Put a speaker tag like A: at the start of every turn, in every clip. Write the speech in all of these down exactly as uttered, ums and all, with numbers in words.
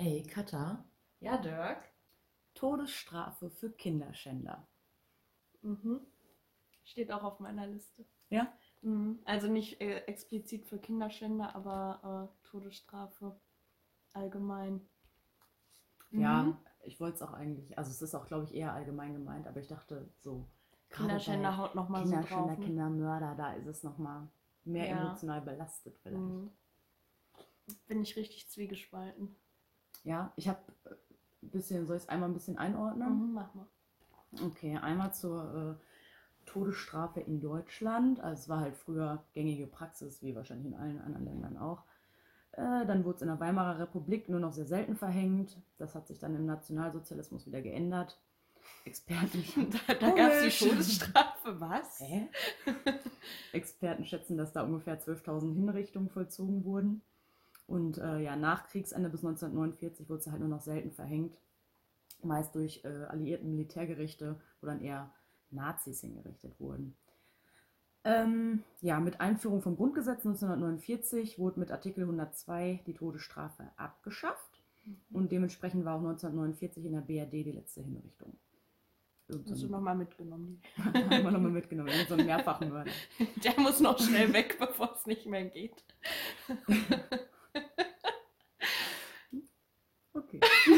A: Ey, Katha,
B: Ja, Dirk.
A: Todesstrafe für Kinderschänder.
B: Mhm. Steht auch auf meiner Liste.
A: Ja?
B: Mhm. Also nicht äh, explizit für Kinderschänder, aber äh, Todesstrafe allgemein.
A: Ja,
B: Mhm.
A: ich wollte es auch eigentlich, also es ist auch, glaube ich, eher allgemein gemeint, aber ich dachte so, gerade bei
B: Kinderschänder haut nochmal so
A: Kinderschänder,
B: drauf. Ne?
A: Kindermörder, da ist es nochmal mehr
B: Ja.
A: emotional belastet vielleicht.
B: Mhm. Bin ich richtig zwiegespalten.
A: Ja, ich habe ein bisschen, soll ich es einmal ein bisschen einordnen?
B: Mhm, mach mal.
A: Okay, einmal zur äh, Todesstrafe in Deutschland. Also es war halt früher gängige Praxis, wie wahrscheinlich in allen anderen Ländern auch. Äh, dann wurde es in der Weimarer Republik nur noch sehr selten verhängt. Das hat sich dann im Nationalsozialismus wieder geändert. Experten,
B: Da, da gab es die Todesstrafe, was?
A: Hä? Experten schätzen, dass da ungefähr zwölftausend Hinrichtungen vollzogen wurden. Und äh, ja, nach Kriegsende bis neunzehnhundertneunundvierzig wurde es halt nur noch selten verhängt. Meist durch äh, alliierte Militärgerichte, wo dann eher Nazis hingerichtet wurden. Ähm, ja, mit Einführung vom Grundgesetz neunzehnhundertneunundvierzig wurde mit Artikel hundertzwei die Todesstrafe abgeschafft. Mhm. Und dementsprechend war auch neunzehnhundertneunundvierzig in der B R D die letzte Hinrichtung.
B: Hast so du nochmal mitgenommen?
A: Haben wir nochmal mitgenommen, irgend so ein Mehrfachmörder.
B: Der muss noch schnell weg, bevor es nicht mehr geht.
A: Okay.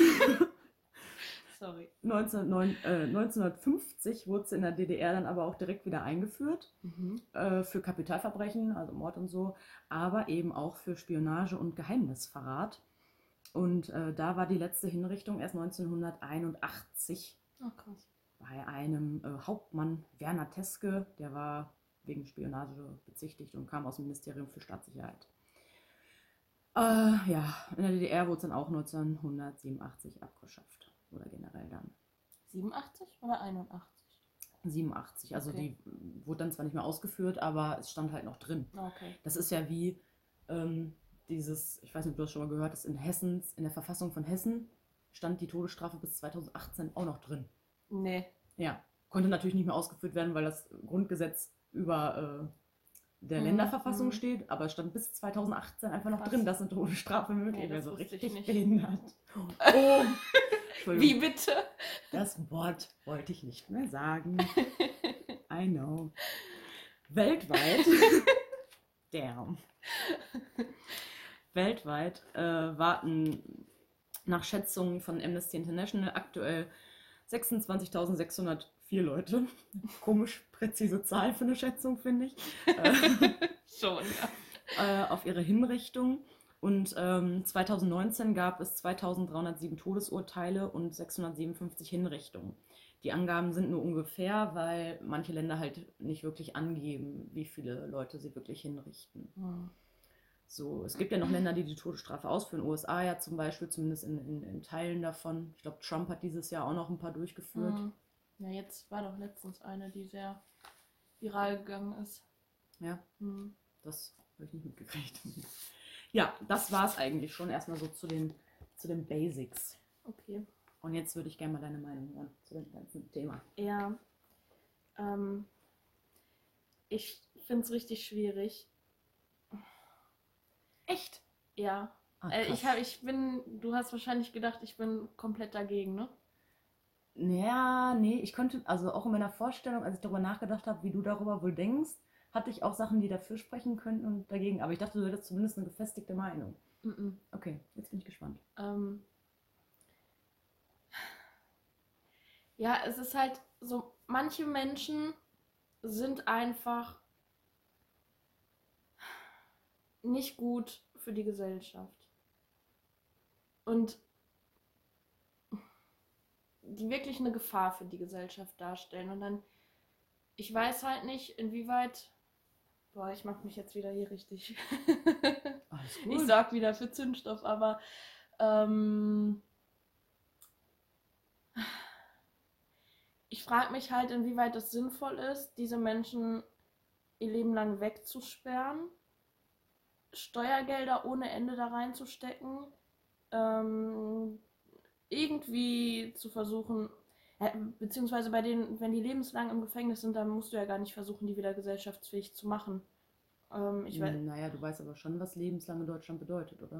B: Sorry.
A: neunzehnhundertfünfzig wurde es in der D D R dann aber auch direkt wieder eingeführt.
B: Mhm.
A: Äh, für Kapitalverbrechen, also Mord und so, aber eben auch für Spionage und Geheimnisverrat. Und äh, da war die letzte Hinrichtung erst neunzehnhunderteinundachtzig.
B: Oh, krass.
A: Bei einem äh, Hauptmann Werner Teske, der war wegen Spionage bezichtigt und kam aus dem Ministerium für Staatssicherheit. Äh, ja, in der D D R wurde es dann auch neunzehnhundertsiebenundachtzig abgeschafft. Oder generell dann.
B: siebenundachtzig oder einundachtzig?
A: siebenundachtzig. Also
B: Okay.
A: die wurde dann zwar nicht mehr ausgeführt, aber es stand halt noch drin.
B: Okay.
A: Das ist ja wie ähm, dieses, ich weiß nicht, ob du das schon mal gehört hast, in Hessen, in der Verfassung von Hessen stand die Todesstrafe bis zweitausendachtzehn auch noch drin.
B: Nee.
A: Ja, konnte natürlich nicht mehr ausgeführt werden, weil das Grundgesetz über äh, der mhm. Länderverfassung mhm. steht, aber es stand bis zweitausendachtzehn einfach noch Krass. drin, dass eine Todesstrafe möglich wäre. Nee, so richtig behindert. Oh,
B: wie bitte?
A: Das Wort wollte ich nicht mehr sagen. I know. Weltweit, damn. Weltweit äh, warten nach Schätzungen von Amnesty International aktuell sechsundzwanzigtausendsechshundertvier Leute. Komisch präzise Zahl für eine Schätzung, finde ich.
B: Schon,
A: ja. Äh, auf ihre Hinrichtung. Und ähm, zweitausendneunzehn gab es zweitausenddreihundertsieben Todesurteile und sechshundertsiebenundfünfzig Hinrichtungen. Die Angaben sind nur ungefähr, weil manche Länder halt nicht wirklich angeben, wie viele Leute sie wirklich hinrichten.
B: Hm.
A: So, es gibt ja noch Länder, die die Todesstrafe ausführen. U S A ja zum Beispiel, zumindest in, in, in Teilen davon. Ich glaube, Trump hat dieses Jahr auch noch ein paar durchgeführt.
B: Hm. Ja, jetzt war doch letztens eine, die sehr viral gegangen ist.
A: Ja,
B: hm.
A: das habe ich nicht mitgekriegt. Ja, das war es eigentlich schon erstmal so zu den, zu den Basics.
B: Okay.
A: Und jetzt würde ich gerne mal deine Meinung hören zu dem ganzen Thema.
B: Ja. Ähm, ich finde es richtig schwierig.
A: Echt?
B: Ja.
A: Ah,
B: äh, ich, hab, ich bin, du hast wahrscheinlich gedacht, ich bin komplett dagegen, ne?
A: Ja, nee, ich konnte, also auch in meiner Vorstellung, als ich darüber nachgedacht habe, wie du darüber wohl denkst, hatte ich auch Sachen, die dafür sprechen könnten und dagegen. Aber ich dachte, du hättest zumindest eine gefestigte Meinung.
B: Mm-mm.
A: Okay, jetzt bin ich gespannt.
B: Ähm, ja, es ist halt so, manche Menschen sind einfach nicht gut für die Gesellschaft. Und die wirklich eine Gefahr für die Gesellschaft darstellen. Und dann, ich weiß halt nicht, inwieweit... Boah, ich mach mich jetzt wieder hier richtig.
A: Alles gut.
B: Ich sorg wieder für Zündstoff, aber ähm, ich frage mich halt, inwieweit es sinnvoll ist, diese Menschen ihr Leben lang wegzusperren, Steuergelder ohne Ende da reinzustecken, ähm, irgendwie zu versuchen, äh, beziehungsweise bei denen, wenn die lebenslang im Gefängnis sind, dann musst du ja gar nicht versuchen, die wieder gesellschaftsfähig zu machen. Ähm, ich weiß,
A: naja, du weißt aber schon, was lebenslang in Deutschland bedeutet, oder?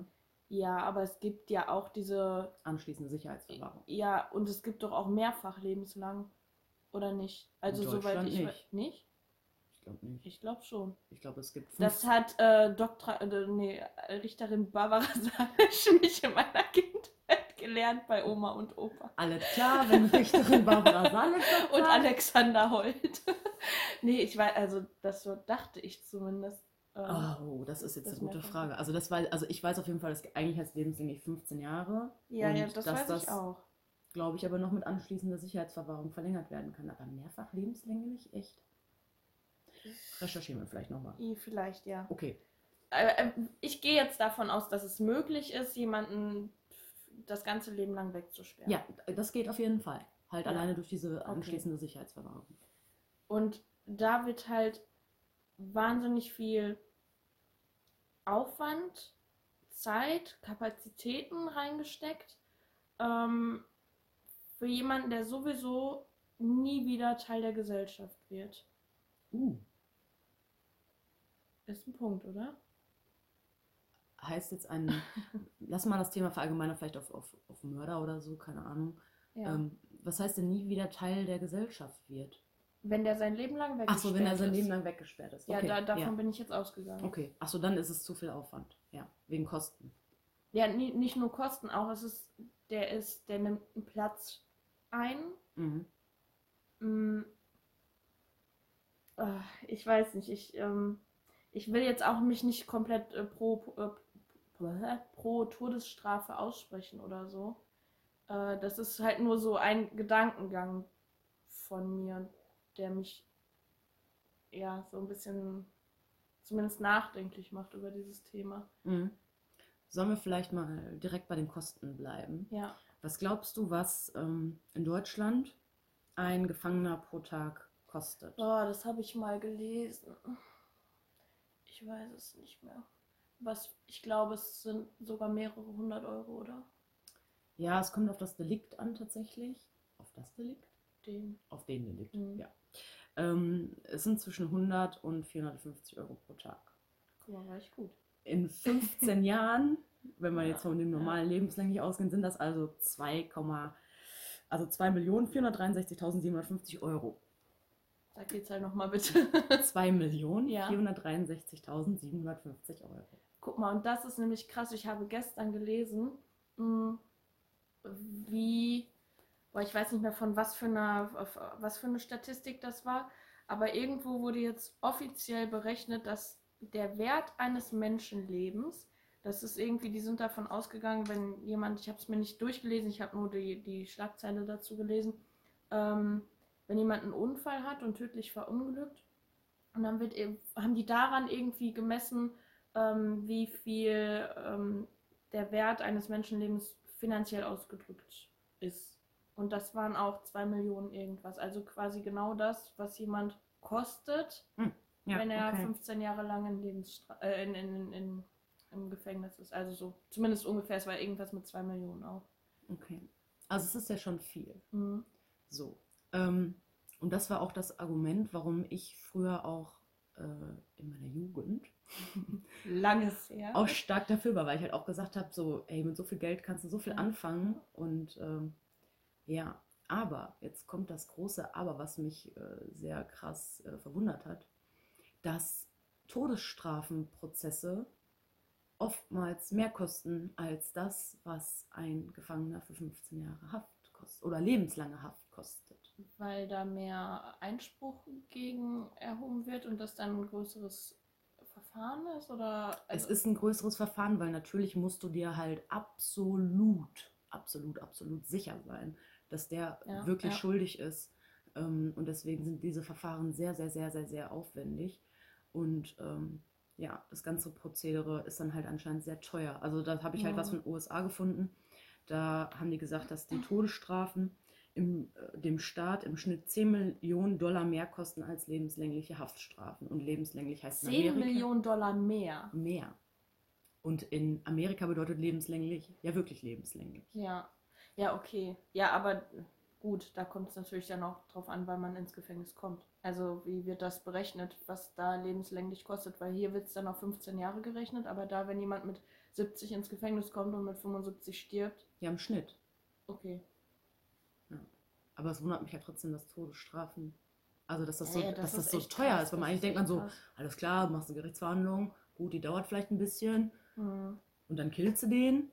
B: Ja, aber es gibt ja auch diese,
A: Anschließende Sicherheitsverwahrung.
B: ja, und es gibt doch auch mehrfach lebenslang, oder nicht? Also
A: In
B: soweit
A: Deutschland
B: ich we-
A: nicht.
B: nicht?
A: Ich glaube nicht.
B: Ich glaube schon.
A: Ich glaube, es gibt
B: Das
A: fünf.
B: hat äh, Doktor, äh, nee, Richterin Barbara Salisch nicht in meiner Kindheit gelernt bei Oma und Opa.
A: Alles klar, wenn Richterin Barbara Salisch das
B: Und
A: sagt.
B: Alexander Holt. Nee, ich weiß, also das so dachte ich zumindest. Ähm,
A: Oh, das ist jetzt
B: das
A: eine gute
B: mehrfach.
A: Frage. Also das war, also ich weiß auf jeden Fall, dass eigentlich heißt lebenslänglich fünfzehn Jahre.
B: Ja,
A: und
B: ja, das
A: dass
B: weiß
A: das,
B: ich auch.
A: glaube ich, aber noch mit anschließender Sicherheitsverwahrung verlängert werden kann. Aber mehrfach lebenslänglich? Echt? Recherchieren wir vielleicht nochmal.
B: I- Vielleicht, ja.
A: Okay.
B: Äh, äh, Ich gehe jetzt davon aus, dass es möglich ist, jemanden das ganze Leben lang wegzusperren.
A: Ja, das geht auf jeden Fall. Halt
B: Ja.
A: alleine durch diese
B: Okay.
A: anschließende Sicherheitsverwahrung.
B: Und da wird halt wahnsinnig viel Aufwand, Zeit, Kapazitäten reingesteckt. Ähm, für jemanden, der sowieso nie wieder Teil der Gesellschaft wird.
A: Uh,
B: Ist ein Punkt, oder?
A: heißt jetzt ein, lass mal das Thema verallgemeinern, vielleicht auf, auf, auf Mörder oder so, keine Ahnung.
B: Ja.
A: Ähm, was heißt denn nie wieder Teil der Gesellschaft wird?
B: Wenn der sein Leben lang weggesperrt
A: Achso, wenn er sein
B: ist.
A: Leben lang weggesperrt ist.
B: Ja,
A: Okay,
B: da, davon
A: ja.
B: bin ich jetzt ausgegangen.
A: Okay, achso, dann ist es zu viel Aufwand. Ja, wegen Kosten.
B: Ja, nie, nicht nur Kosten, auch es ist, der ist, der nimmt einen Platz ein.
A: Mhm.
B: Mm, äh, ich weiß nicht, ich, ähm, ich will jetzt auch mich nicht komplett äh, pro, äh, pro Todesstrafe aussprechen oder so. Äh, das ist halt nur so ein Gedankengang von mir, der mich ja so ein bisschen zumindest nachdenklich macht über dieses Thema.
A: Mhm. Sollen wir vielleicht mal direkt bei den Kosten bleiben?
B: Ja.
A: Was glaubst du, was ähm, in Deutschland ein Gefangener pro Tag kostet?
B: Oh, das habe ich mal gelesen. Ich weiß es nicht mehr. Was, ich glaube, es sind sogar mehrere hundert Euro, oder?
A: Ja, es kommt auf das Delikt an tatsächlich. Auf das Delikt?
B: Den.
A: Auf den Delikt,
B: Mhm.
A: ja. Ähm, es sind zwischen hundert und vierhundertfünfzig Euro pro Tag.
B: Guck mal, war ich gut.
A: In fünfzehn Jahren, wenn wir
B: Ja,
A: jetzt von dem
B: ja.
A: normalen lebenslänglich ausgehen, sind das also zwei, also zwei Millionen vierhundertdreiundsechzigtausendsiebenhundertfünfzig Euro.
B: Sag die Zahl nochmal bitte.
A: zwei Millionen
B: Ja.
A: vierhundertdreiundsechzigtausendsiebenhundertfünfzig Euro.
B: Guck mal, und das ist nämlich krass. Ich habe gestern gelesen, mh, wie, boah, ich weiß nicht mehr von was für einer, was für eine Statistik das war, aber irgendwo wurde jetzt offiziell berechnet, dass der Wert eines Menschenlebens, das ist irgendwie, die sind davon ausgegangen, wenn jemand, ich habe es mir nicht durchgelesen, ich habe nur die, die Schlagzeile dazu gelesen, ähm, wenn jemand einen Unfall hat und tödlich verunglückt, und dann wird, eben- haben die daran irgendwie gemessen, ähm, wie viel ähm, der Wert eines Menschenlebens finanziell ausgedrückt ist. Und das waren auch zwei Millionen irgendwas. Also quasi genau das, was jemand kostet,
A: Ja,
B: wenn er
A: okay.
B: fünfzehn Jahre lang in Lebensstra äh, in, in, in, im Gefängnis ist. Also so, zumindest ungefähr, es war irgendwas mit zwei Millionen auch.
A: Okay. Also es ist ja schon viel.
B: Mhm.
A: So. Ähm, und das war auch das Argument, warum ich früher auch äh, in meiner Jugend
B: Langes her.
A: auch stark dafür war, weil ich halt auch gesagt habe, so, ey, mit so viel Geld kannst du so viel
B: Ja.
A: anfangen. Und ähm, ja, aber, jetzt kommt das große Aber, was mich äh, sehr krass äh, verwundert hat, dass Todesstrafenprozesse oftmals mehr kosten als das, was ein Gefangener für fünfzehn Jahre Haft kostet oder lebenslange Haft kostet.
B: Weil da mehr Einspruch gegen erhoben wird und das dann ein größeres Verfahren ist? Oder,
A: Es
B: also,
A: ist ein größeres Verfahren, weil natürlich musst du dir halt absolut, absolut, absolut sicher sein, dass der
B: Ja,
A: wirklich
B: ja.
A: schuldig ist. Ähm, Und deswegen sind diese Verfahren sehr, sehr, sehr, sehr, sehr aufwendig. Und ähm, ja, das ganze Prozedere ist dann halt anscheinend sehr teuer. Also da habe ich halt
B: Mhm.
A: was von den U S A gefunden. Da haben die gesagt, dass die Todesstrafen im, äh, dem Staat im Schnitt zehn Millionen Dollar mehr kosten als lebenslängliche Haftstrafen. Und lebenslänglich heißt in
B: zehn
A: Amerika
B: Millionen Dollar mehr.
A: mehr. Und in Amerika bedeutet lebenslänglich ja wirklich lebenslänglich.
B: Ja. Ja, okay. Ja, aber Gut, da kommt es natürlich dann auch drauf an, weil man ins Gefängnis kommt. Also wie wird das berechnet, was da lebenslänglich kostet? Weil hier wird es dann auf fünfzehn Jahre gerechnet, aber da, wenn jemand mit siebzig ins Gefängnis kommt und mit fünfundsiebzig stirbt.
A: Ja, im Schnitt.
B: Okay.
A: Ja. Aber es wundert mich ja trotzdem, dass Todesstrafen, also dass das so,
B: Ja, ja, das
A: dass das
B: ist
A: so
B: echt
A: teuer
B: krass,
A: ist, weil man
B: das
A: eigentlich
B: ist
A: denkt man
B: echt
A: so,
B: krass.
A: alles klar, du machst eine Gerichtsverhandlung, gut, die dauert vielleicht ein bisschen
B: Hm.
A: und dann killst du den.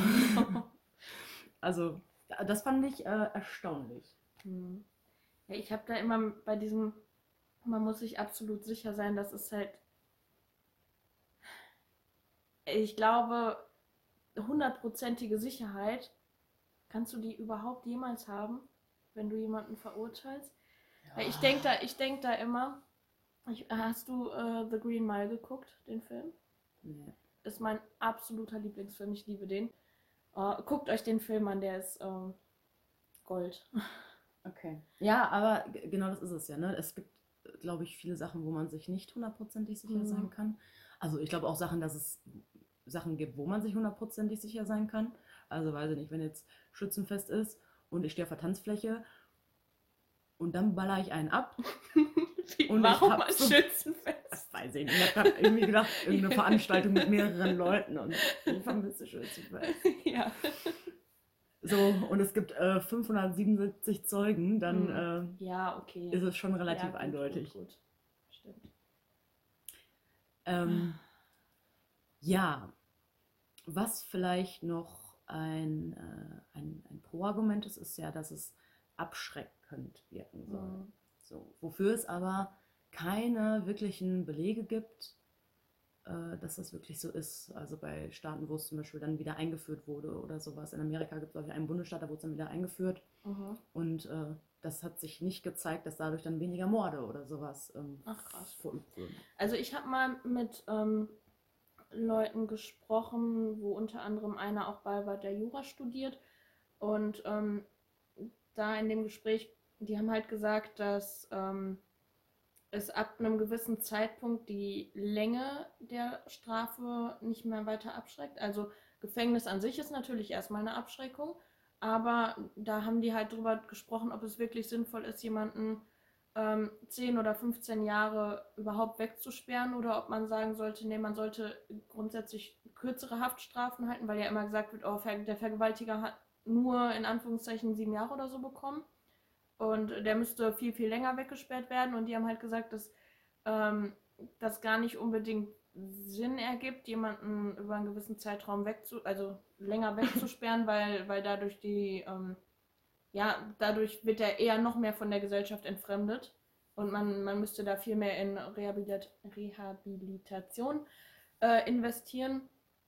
A: Also das fand ich äh, erstaunlich.
B: Hm. Ja, ich habe da immer bei diesem, man muss sich absolut sicher sein, das ist halt, ich glaube, hundertprozentige Sicherheit, kannst du die überhaupt jemals haben, wenn du jemanden verurteilst? Ja. Ich denke da, ich denk da immer, ich, hast du äh, The Green Mile geguckt, den Film?
A: Nee.
B: Ist mein absoluter Lieblingsfilm, ich liebe den. Uh, guckt euch den Film an, der ist ähm, Gold.
A: Okay. Ja, aber g- genau das ist es ja, ne? Es gibt, glaube ich, viele Sachen, wo man sich nicht hundertprozentig sicher
B: Mhm.
A: sein kann. Also ich glaube auch Sachen, dass es Sachen gibt, wo man sich hundertprozentig sicher sein kann. Also weiß ich nicht, wenn jetzt Schützenfest ist und ich stehe auf der Tanzfläche und dann baller ich einen ab.
B: Wie,
A: Und ich
B: warum
A: hab
B: als
A: so-
B: Schützenfest?
A: Das weiß ich nicht. Ich habe gerade irgendwie gedacht, irgendeine Veranstaltung mit mehreren Leuten und ich vermisse Schützenfest.
B: Ja.
A: So, und es gibt äh, fünfhundertsiebenundsiebzig Zeugen, dann
B: Hm.
A: äh,
B: Ja, okay.
A: ist es schon relativ
B: ja, gut,
A: eindeutig.
B: Gut, gut. Stimmt.
A: Ähm, ja, was vielleicht noch ein, äh, ein, ein Pro-Argument ist, ist ja, dass es abschreckend wirken soll.
B: Hm.
A: So, wofür es aber keine wirklichen Belege gibt, äh, dass das wirklich so ist. Also bei Staaten, wo es zum Beispiel dann wieder eingeführt wurde oder sowas. In Amerika gibt es, glaube ich, einen Bundesstaat, da wurde es dann wieder eingeführt.
B: Mhm.
A: Und äh, das hat sich nicht gezeigt, dass dadurch dann weniger Morde oder sowas ähm,
B: Ach, krass.
A: verübt wurden.
B: Also ich habe mal mit ähm, Leuten gesprochen, wo unter anderem einer auch bei war, der Jura studiert. Und ähm, da in dem Gespräch, die haben halt gesagt, dass ähm, es ab einem gewissen Zeitpunkt die Länge der Strafe nicht mehr weiter abschreckt. Also Gefängnis an sich ist natürlich erstmal eine Abschreckung, aber da haben die halt drüber gesprochen, ob es wirklich sinnvoll ist, jemanden ähm, zehn oder fünfzehn Jahre überhaupt wegzusperren oder ob man sagen sollte, nee, man sollte grundsätzlich kürzere Haftstrafen halten, weil ja immer gesagt wird, oh, der Vergewaltiger hat nur in Anführungszeichen sieben Jahre oder so bekommen. Und der müsste viel, viel länger weggesperrt werden. Und die haben halt gesagt, dass ähm, das gar nicht unbedingt Sinn ergibt, jemanden über einen gewissen Zeitraum wegzu, also länger wegzusperren, weil, weil dadurch die, ähm, ja, dadurch wird er eher noch mehr von der Gesellschaft entfremdet. Und man, man müsste da viel mehr in Rehabilit Rehabilitation äh, investieren.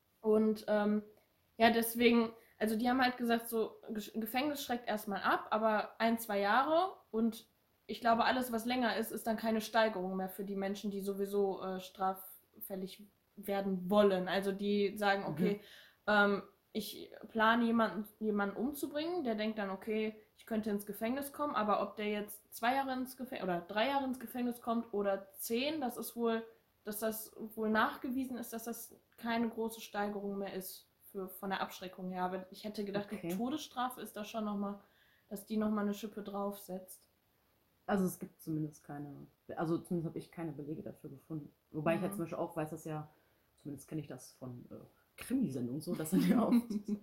B: Und ähm, ja, deswegen, also die haben halt gesagt, so Gefängnis schreckt erstmal ab, aber ein, zwei Jahre und ich glaube, alles, was länger ist, ist dann keine Steigerung mehr für die Menschen, die sowieso äh, straffällig werden wollen. Also die sagen, okay, mhm. ähm, ich plane jemanden, jemanden umzubringen, der denkt dann, okay, ich könnte ins Gefängnis kommen, aber ob der jetzt zwei Jahre ins Gefängnis oder drei Jahre ins Gefängnis kommt oder zehn, das ist wohl, dass das wohl nachgewiesen ist, dass das keine große Steigerung mehr ist. Für, von der Abschreckung her. Aber ich hätte gedacht, okay. Die Todesstrafe ist da schon nochmal, dass die nochmal eine Schippe draufsetzt.
A: Also es gibt zumindest keine, also zumindest habe ich keine Belege dafür gefunden. Wobei mhm. ich ja zum Beispiel auch weiß, dass ja, zumindest kenne ich das von äh, Krimisendungen so, dass dann ja auch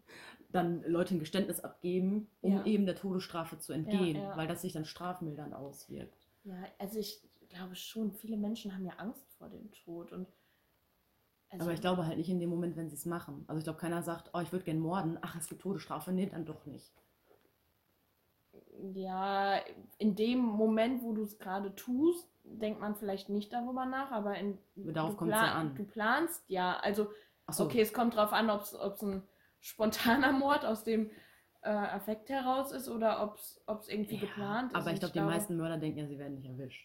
A: dann Leute ein Geständnis abgeben, um ja. eben der Todesstrafe zu entgehen, ja, ja. weil das sich dann strafmildernd auswirkt.
B: Ja, also ich glaube schon, viele Menschen haben ja Angst vor dem Tod und
A: Also, aber ich glaube halt nicht in dem Moment, wenn sie es machen. Also ich glaube, keiner sagt, oh, ich würde gerne morden. Ach, es gibt Todesstrafe. Nee, dann doch nicht.
B: Ja, in dem Moment, wo du es gerade tust, denkt man vielleicht nicht darüber nach, aber in,
A: darauf kommt es ja an.
B: Du planst, ja, also
A: so.
B: Okay, es kommt drauf an, ob es ein spontaner Mord aus dem äh, Affekt heraus ist oder ob es irgendwie ja, geplant ist.
A: Aber ich glaube, die meisten Mörder denken ja, sie werden nicht erwischt.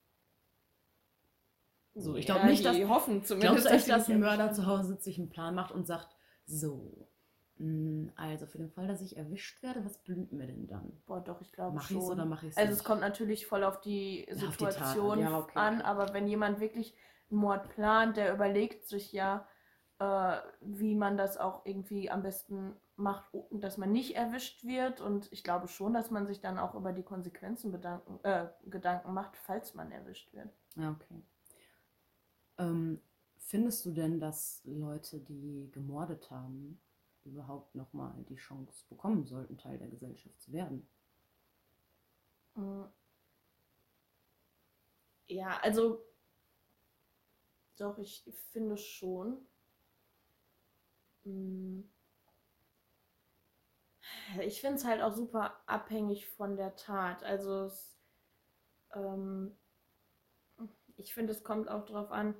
A: So, ich
B: ja,
A: glaube nicht, dass.
B: Die hoffen zumindest.
A: Glaubst du echt, dass ein Mörder zu Hause sitzt, sich einen Plan macht und sagt, so, mh, also für den Fall, dass ich erwischt werde, was blüht mir denn dann?
B: Boah, doch, ich glaube
A: mach
B: schon.
A: Mach ich es oder mache ich es
B: Also
A: nicht?
B: Es kommt natürlich voll auf die
A: ja,
B: Situation
A: auf die ja, okay,
B: an,
A: okay.
B: aber wenn jemand wirklich einen Mord plant, der überlegt sich ja, äh, wie man das auch irgendwie am besten macht, dass man nicht erwischt wird. Und ich glaube schon, dass man sich dann auch über die Konsequenzen bedanken, äh, Gedanken macht, falls man erwischt wird.
A: Ja, okay. Ähm, findest du denn, dass Leute, die gemordet haben, überhaupt nochmal die Chance bekommen sollten, Teil der Gesellschaft zu werden?
B: Ja, also doch, ich finde schon. Ich finde es halt auch super abhängig von der Tat. Also es, ähm, ich finde, es kommt auch darauf an,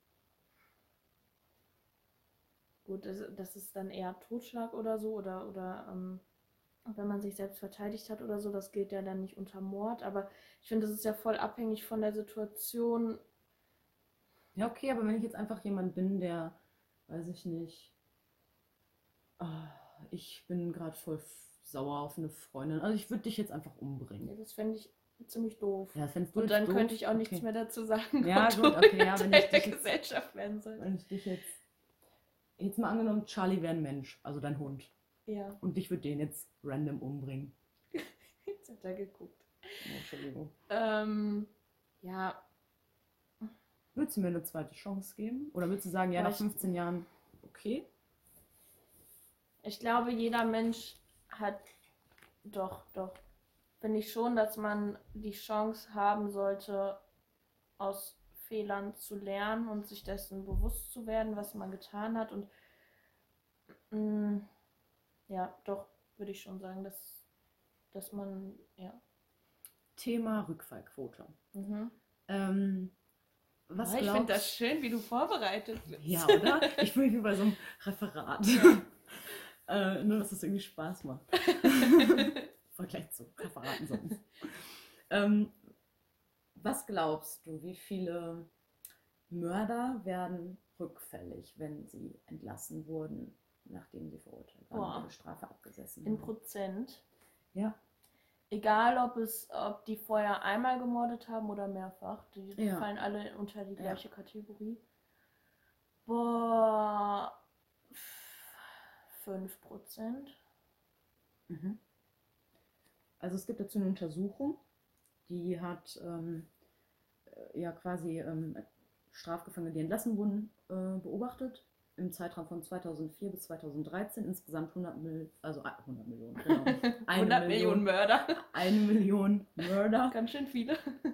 B: gut, das, das ist dann eher Totschlag oder so, oder, oder ähm, wenn man sich selbst verteidigt hat oder so, das gilt ja dann nicht unter Mord, aber ich finde, das ist ja voll abhängig von der Situation.
A: Ja, okay, aber wenn ich jetzt einfach jemand bin, der, weiß ich nicht, ah, ich bin gerade voll f- sauer auf eine Freundin, also ich würde dich jetzt einfach umbringen.
B: Ja, das fände ich ziemlich doof.
A: Ja, das fändest du
B: Und
A: jetzt
B: dann
A: doof?
B: könnte ich auch
A: Okay.
B: nichts mehr dazu sagen,
A: Ja,
B: ob
A: gut,
B: du
A: okay, ja, wenn
B: Teil
A: ich
B: der
A: dich jetzt-
B: Gesellschaft werden sollst.
A: Wenn ich dich jetzt, jetzt mal angenommen, Charlie wäre ein Mensch, also dein Hund,
B: Ja,
A: und ich würde den jetzt random umbringen.
B: jetzt hat er geguckt.
A: Oh, Entschuldigung.
B: Ähm, ja,
A: Würdest du mir eine zweite Chance geben? Oder würdest du sagen, ja,
B: Ja,
A: nach
B: ich-
A: fünfzehn Jahren, okay?
B: ich glaube, jeder Mensch hat doch, doch, finde ich schon, dass man die Chance haben sollte, aus Fehlern zu lernen und sich dessen bewusst zu werden, was man getan hat. Und mh, ja, doch, würde ich schon sagen, dass, dass man, ja.
A: Thema Rückfallquote.
B: Mhm.
A: Ähm, was
B: Oh, ich
A: glaubst
B: finde das schön, wie du vorbereitet bist.
A: Ja, oder? Ich fühle mich wie bei so einem Referat. äh, nur, dass es irgendwie Spaß macht. Vergleich zu Referaten sonst. Ähm, was glaubst du, wie viele Mörder werden rückfällig, wenn sie entlassen wurden, nachdem sie verurteilt waren
B: Boah.
A: und ihre Strafe abgesessen
B: In
A: haben?
B: Prozent.
A: Ja.
B: Egal, ob es, ob die vorher einmal gemordet haben oder mehrfach. Die
A: Ja.
B: fallen alle unter die
A: Ja.
B: gleiche Kategorie. Boah. fünf Prozent.
A: Mhm. Also es gibt dazu eine Untersuchung, die hat ähm, äh, ja quasi ähm, Strafgefangene, die entlassen wurden, äh, beobachtet im Zeitraum von zweitausendvier bis zweitausenddreizehn, insgesamt hundert, Mil also, äh, hundert Millionen, genau. Eine
B: hundert
A: Million,
B: Millionen Mörder.
A: eine Million Mörder.
B: Ganz schön viele.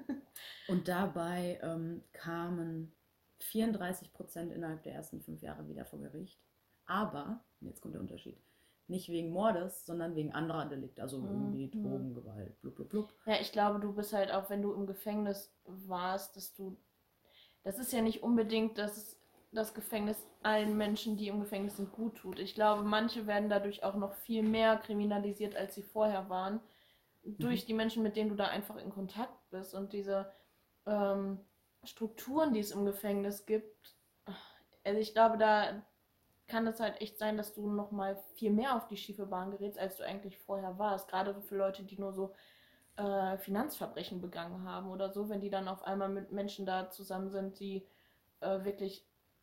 A: Und dabei ähm, kamen vierunddreißig Prozent innerhalb der ersten fünf Jahre wieder vor Gericht. Aber, jetzt kommt der Unterschied, nicht wegen Mordes, sondern wegen anderer Delikte, also irgendwie
B: Mhm.
A: Drogen, Gewalt, blub, blub, blub.
B: Ja, ich glaube, du bist halt auch, wenn du im Gefängnis warst, dass du. Das ist ja nicht unbedingt, dass es das Gefängnis allen Menschen, die im Gefängnis sind, gut tut. Ich glaube, manche werden dadurch auch noch viel mehr kriminalisiert, als sie vorher waren. Durch die Menschen, mit denen du da einfach in Kontakt bist. Und diese ähm, Strukturen, die es im Gefängnis gibt. Also ich glaube, da kann es halt echt sein, dass du noch mal viel mehr auf die schiefe Bahn gerätst, als du eigentlich vorher warst. Gerade für Leute, die nur so äh, Finanzverbrechen begangen haben oder so, wenn die dann auf einmal mit Menschen da zusammen sind, die äh, wirklich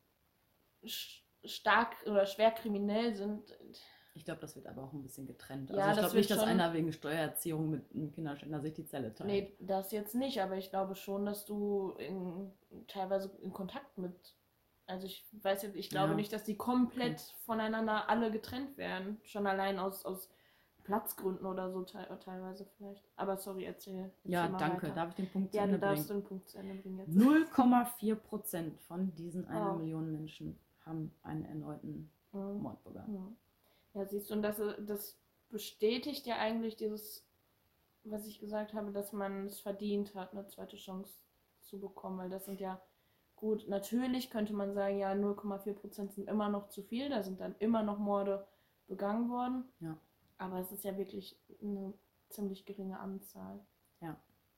B: sch- stark oder schwer kriminell sind.
A: Ich glaube, das wird aber auch ein bisschen getrennt.
B: Ja,
A: Also ich
B: das
A: glaube
B: wird
A: nicht, dass
B: schon-
A: einer wegen Steuererziehung mit einem Kinderschänder sich die Zelle teilt.
B: Nee, das jetzt nicht, aber ich glaube schon, dass du in, teilweise in Kontakt mit. Also ich weiß jetzt, ich glaube
A: Ja.
B: nicht, dass die komplett voneinander alle getrennt werden. Schon allein aus, aus Platzgründen oder so te teilweise vielleicht. Aber sorry, erzähl.
A: Ja,
B: erzähl mal
A: danke.
B: weiter.
A: Darf ich den Punkt zu
B: Ja,
A: Ende
B: du darfst
A: bringen?
B: den Punkt zu Ende bringen jetzt.
A: null Komma vier Prozent von diesen einer
B: Wow.
A: Million Menschen haben einen erneuten
B: Mhm.
A: Mord begangen.
B: Mhm. Ja, siehst du, und das, das bestätigt ja eigentlich dieses, was ich gesagt habe, dass man es verdient hat, eine zweite Chance zu bekommen, weil das sind ja, gut, natürlich könnte man sagen, ja, null Komma vier Prozent sind immer noch zu viel, da sind dann immer noch Morde begangen worden,
A: Ja.
B: aber es ist ja wirklich eine ziemlich geringe Anzahl.
A: Ja.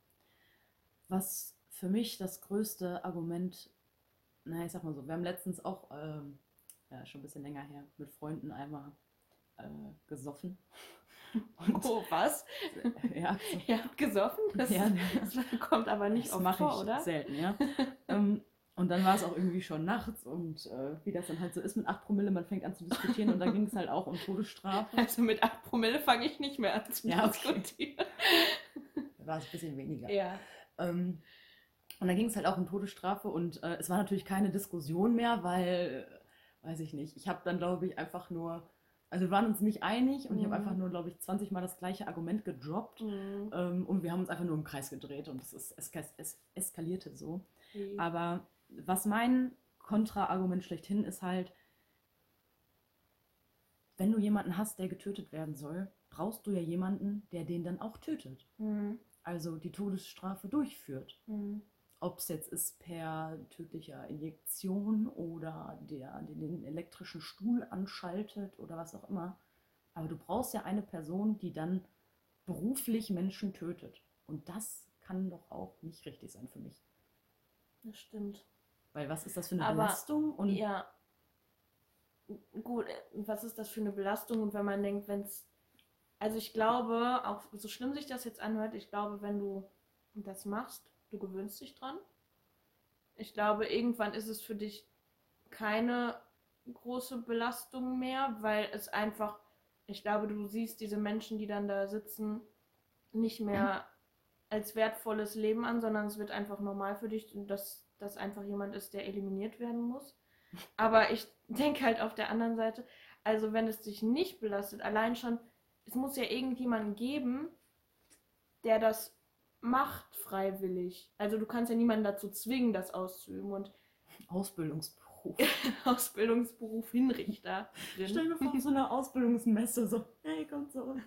A: Was für mich das größte Argument, na, ich sag mal so, wir haben letztens auch, ähm, ja, schon ein bisschen länger her, mit Freunden einmal äh, gesoffen. Und,
B: Oh, was?
A: ja,
B: Ihr habt gesoffen? Das,
A: Ja.
B: das kommt aber nicht
A: das
B: oft
A: mache
B: vor,
A: ich
B: oder?
A: selten, ja. ähm, Und dann war es auch irgendwie schon nachts und äh, wie das dann halt so ist mit acht Promille, man fängt an zu diskutieren und da ging es halt auch um Todesstrafe.
B: Also mit acht Promille fange ich nicht mehr an zu
A: Ja, okay.
B: diskutieren.
A: Da war es ein bisschen weniger.
B: Ja.
A: Ähm, und dann ging es halt auch um Todesstrafe und äh, es war natürlich keine Diskussion mehr, weil, äh, weiß ich nicht, ich habe dann, glaube ich, einfach nur, also wir waren uns nicht einig und
B: Mhm.
A: ich habe einfach nur, glaube ich, zwanzig Mal das gleiche Argument gedroppt
B: Mhm.
A: ähm, und wir haben uns einfach nur im Kreis gedreht und es, ist, es, es eskalierte so.
B: Okay.
A: Aber was mein Kontraargument schlechthin ist halt, wenn du jemanden hast, der getötet werden soll, brauchst du ja jemanden, der den dann auch tötet.
B: Mhm.
A: Also die Todesstrafe durchführt.
B: Mhm.
A: Ob es jetzt ist per tödlicher Injektion oder der, der den elektrischen Stuhl anschaltet oder was auch immer. Aber du brauchst ja eine Person, die dann beruflich Menschen tötet. Und das kann doch auch nicht richtig sein für mich.
B: Das stimmt.
A: Weil was ist das für eine
B: Aber,
A: Belastung? Und
B: ja, gut, äh, was ist das für eine Belastung? Und wenn man denkt, wenn es, also ich glaube, auch so schlimm sich das jetzt anhört, ich glaube, wenn du das machst, du gewöhnst dich dran. Ich glaube, irgendwann ist es für dich keine große Belastung mehr, weil es einfach, ich glaube, du siehst diese Menschen, die dann da sitzen, nicht mehr als wertvolles Leben an, sondern es wird einfach normal für dich, dass das einfach jemand ist, der eliminiert werden muss. Aber ich denke halt auf der anderen Seite, also wenn es dich nicht belastet, allein schon, es muss ja irgendjemanden geben, der das macht freiwillig. Also du kannst ja niemanden dazu zwingen, das auszuüben. Und
A: Ausbildungsberuf.
B: Ausbildungsberuf Hinrichter.
A: Stell dir vor, so eine Ausbildungsmesse, so, hey, kommt so.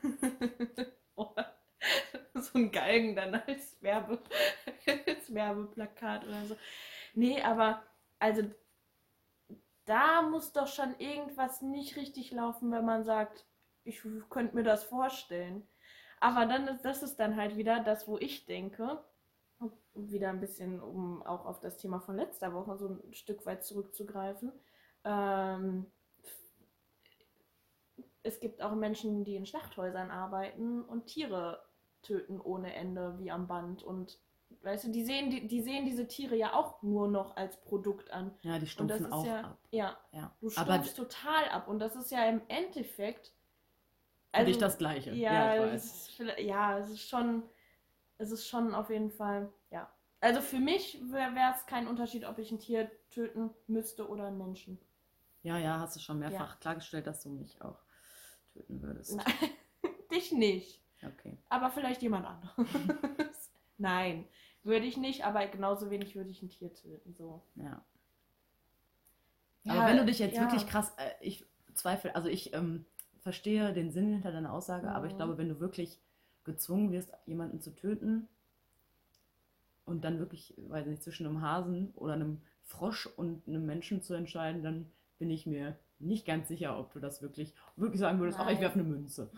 B: So ein Galgen dann als, Werbe, als Werbeplakat oder so. Nee, aber also da muss doch schon irgendwas nicht richtig laufen, wenn man sagt, ich könnte mir das vorstellen. Aber dann ist das ist dann halt wieder das, wo ich denke, wieder ein bisschen, um auch auf das Thema von letzter Woche so ein Stück weit zurückzugreifen. Ähm, es gibt auch Menschen, die in Schlachthäusern arbeiten und Tiere töten ohne Ende, wie am Band. Und weißt du, die sehen, die, die sehen diese Tiere ja auch nur noch als Produkt an.
A: Ja, die stumpfen
B: und das ist
A: auch
B: ja,
A: ab.
B: Ja,
A: Ja.
B: du
A: Aber
B: stumpfst total ab. Und das ist ja im Endeffekt.
A: Für dich das Gleiche.
B: Ja,
A: Ja, ich
B: es
A: weiß.
B: ist, vielleicht- ja, es ist schon, es ist schon auf jeden Fall, ja. Also für mich wäre es kein Unterschied, ob ich ein Tier töten müsste oder einen Menschen.
A: Ja, ja, hast du schon mehrfach
B: Ja.
A: klargestellt, dass du mich auch töten würdest.
B: Nein, dich nicht.
A: Okay.
B: Aber vielleicht jemand anderes. Nein, würde ich nicht, aber genauso wenig würde ich ein Tier töten. So.
A: Ja.
B: Ja,
A: Aber wenn du dich jetzt
B: ja.
A: wirklich krass, äh, ich zweifle, also ich ähm, verstehe den Sinn hinter deiner Aussage,
B: Mhm.
A: aber ich glaube, wenn du wirklich gezwungen wirst, jemanden zu töten und dann wirklich, weiß nicht, zwischen einem Hasen oder einem Frosch und einem Menschen zu entscheiden, dann bin ich mir nicht ganz sicher, ob du das wirklich, wirklich sagen würdest, ach, ich
B: Nein.
A: werfe eine Münze.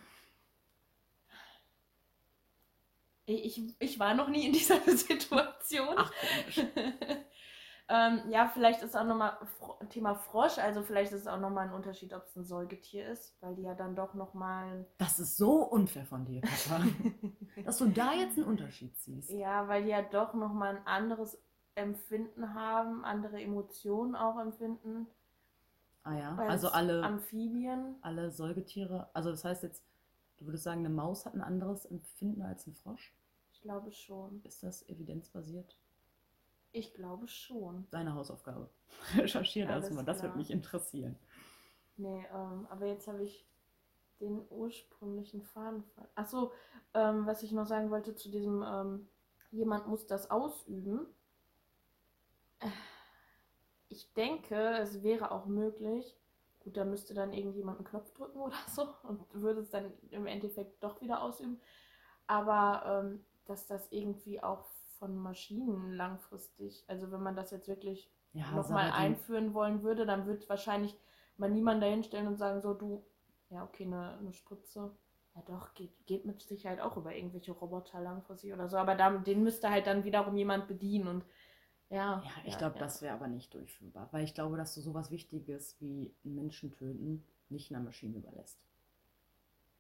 B: Ich, ich war noch nie in dieser Situation.
A: Ach, komisch.
B: ähm, ja, vielleicht ist auch nochmal Thema Frosch, also vielleicht ist es auch nochmal ein Unterschied, ob es ein Säugetier ist, weil die ja dann doch nochmal.
A: Das ist so unfair von dir, Papa. Dass du da jetzt einen Unterschied siehst.
B: Ja, weil die ja doch nochmal ein anderes Empfinden haben, andere Emotionen auch empfinden.
A: Ah ja,
B: als
A: also alle,
B: Amphibien.
A: alle Säugetiere, also das heißt jetzt, du würdest sagen, eine Maus hat ein anderes Empfinden als ein Frosch?
B: Ich glaube schon.
A: Ist das evidenzbasiert?
B: Ich glaube schon.
A: Deine Hausaufgabe. Recherchier das
B: Alles
A: mal, das
B: klar.
A: würde mich interessieren.
B: Nee, ähm, aber jetzt habe ich den ursprünglichen Faden ver- Ach so, ähm, was ich noch sagen wollte zu diesem, ähm, jemand muss das ausüben. Äh, Ich denke, es wäre auch möglich, gut, da müsste dann irgendjemand einen Knopf drücken oder so und würde es dann im Endeffekt doch wieder ausüben. Aber ähm, dass das irgendwie auch von Maschinen langfristig, also wenn man das jetzt wirklich
A: Ja,
B: nochmal
A: Sarah, die-
B: einführen wollen würde, dann wird wahrscheinlich mal niemand dahinstellen und sagen, so du, ja okay, eine, eine Spritze, ja doch, geht, geht mit Sicherheit auch über irgendwelche Roboter langfristig oder so, aber da, den müsste halt dann wiederum jemand bedienen und ja.
A: Ja, ich
B: ja,
A: glaube,
B: ja.
A: das wäre aber nicht durchführbar, weil ich glaube, dass du sowas Wichtiges wie einen Menschen töten nicht einer Maschine überlässt.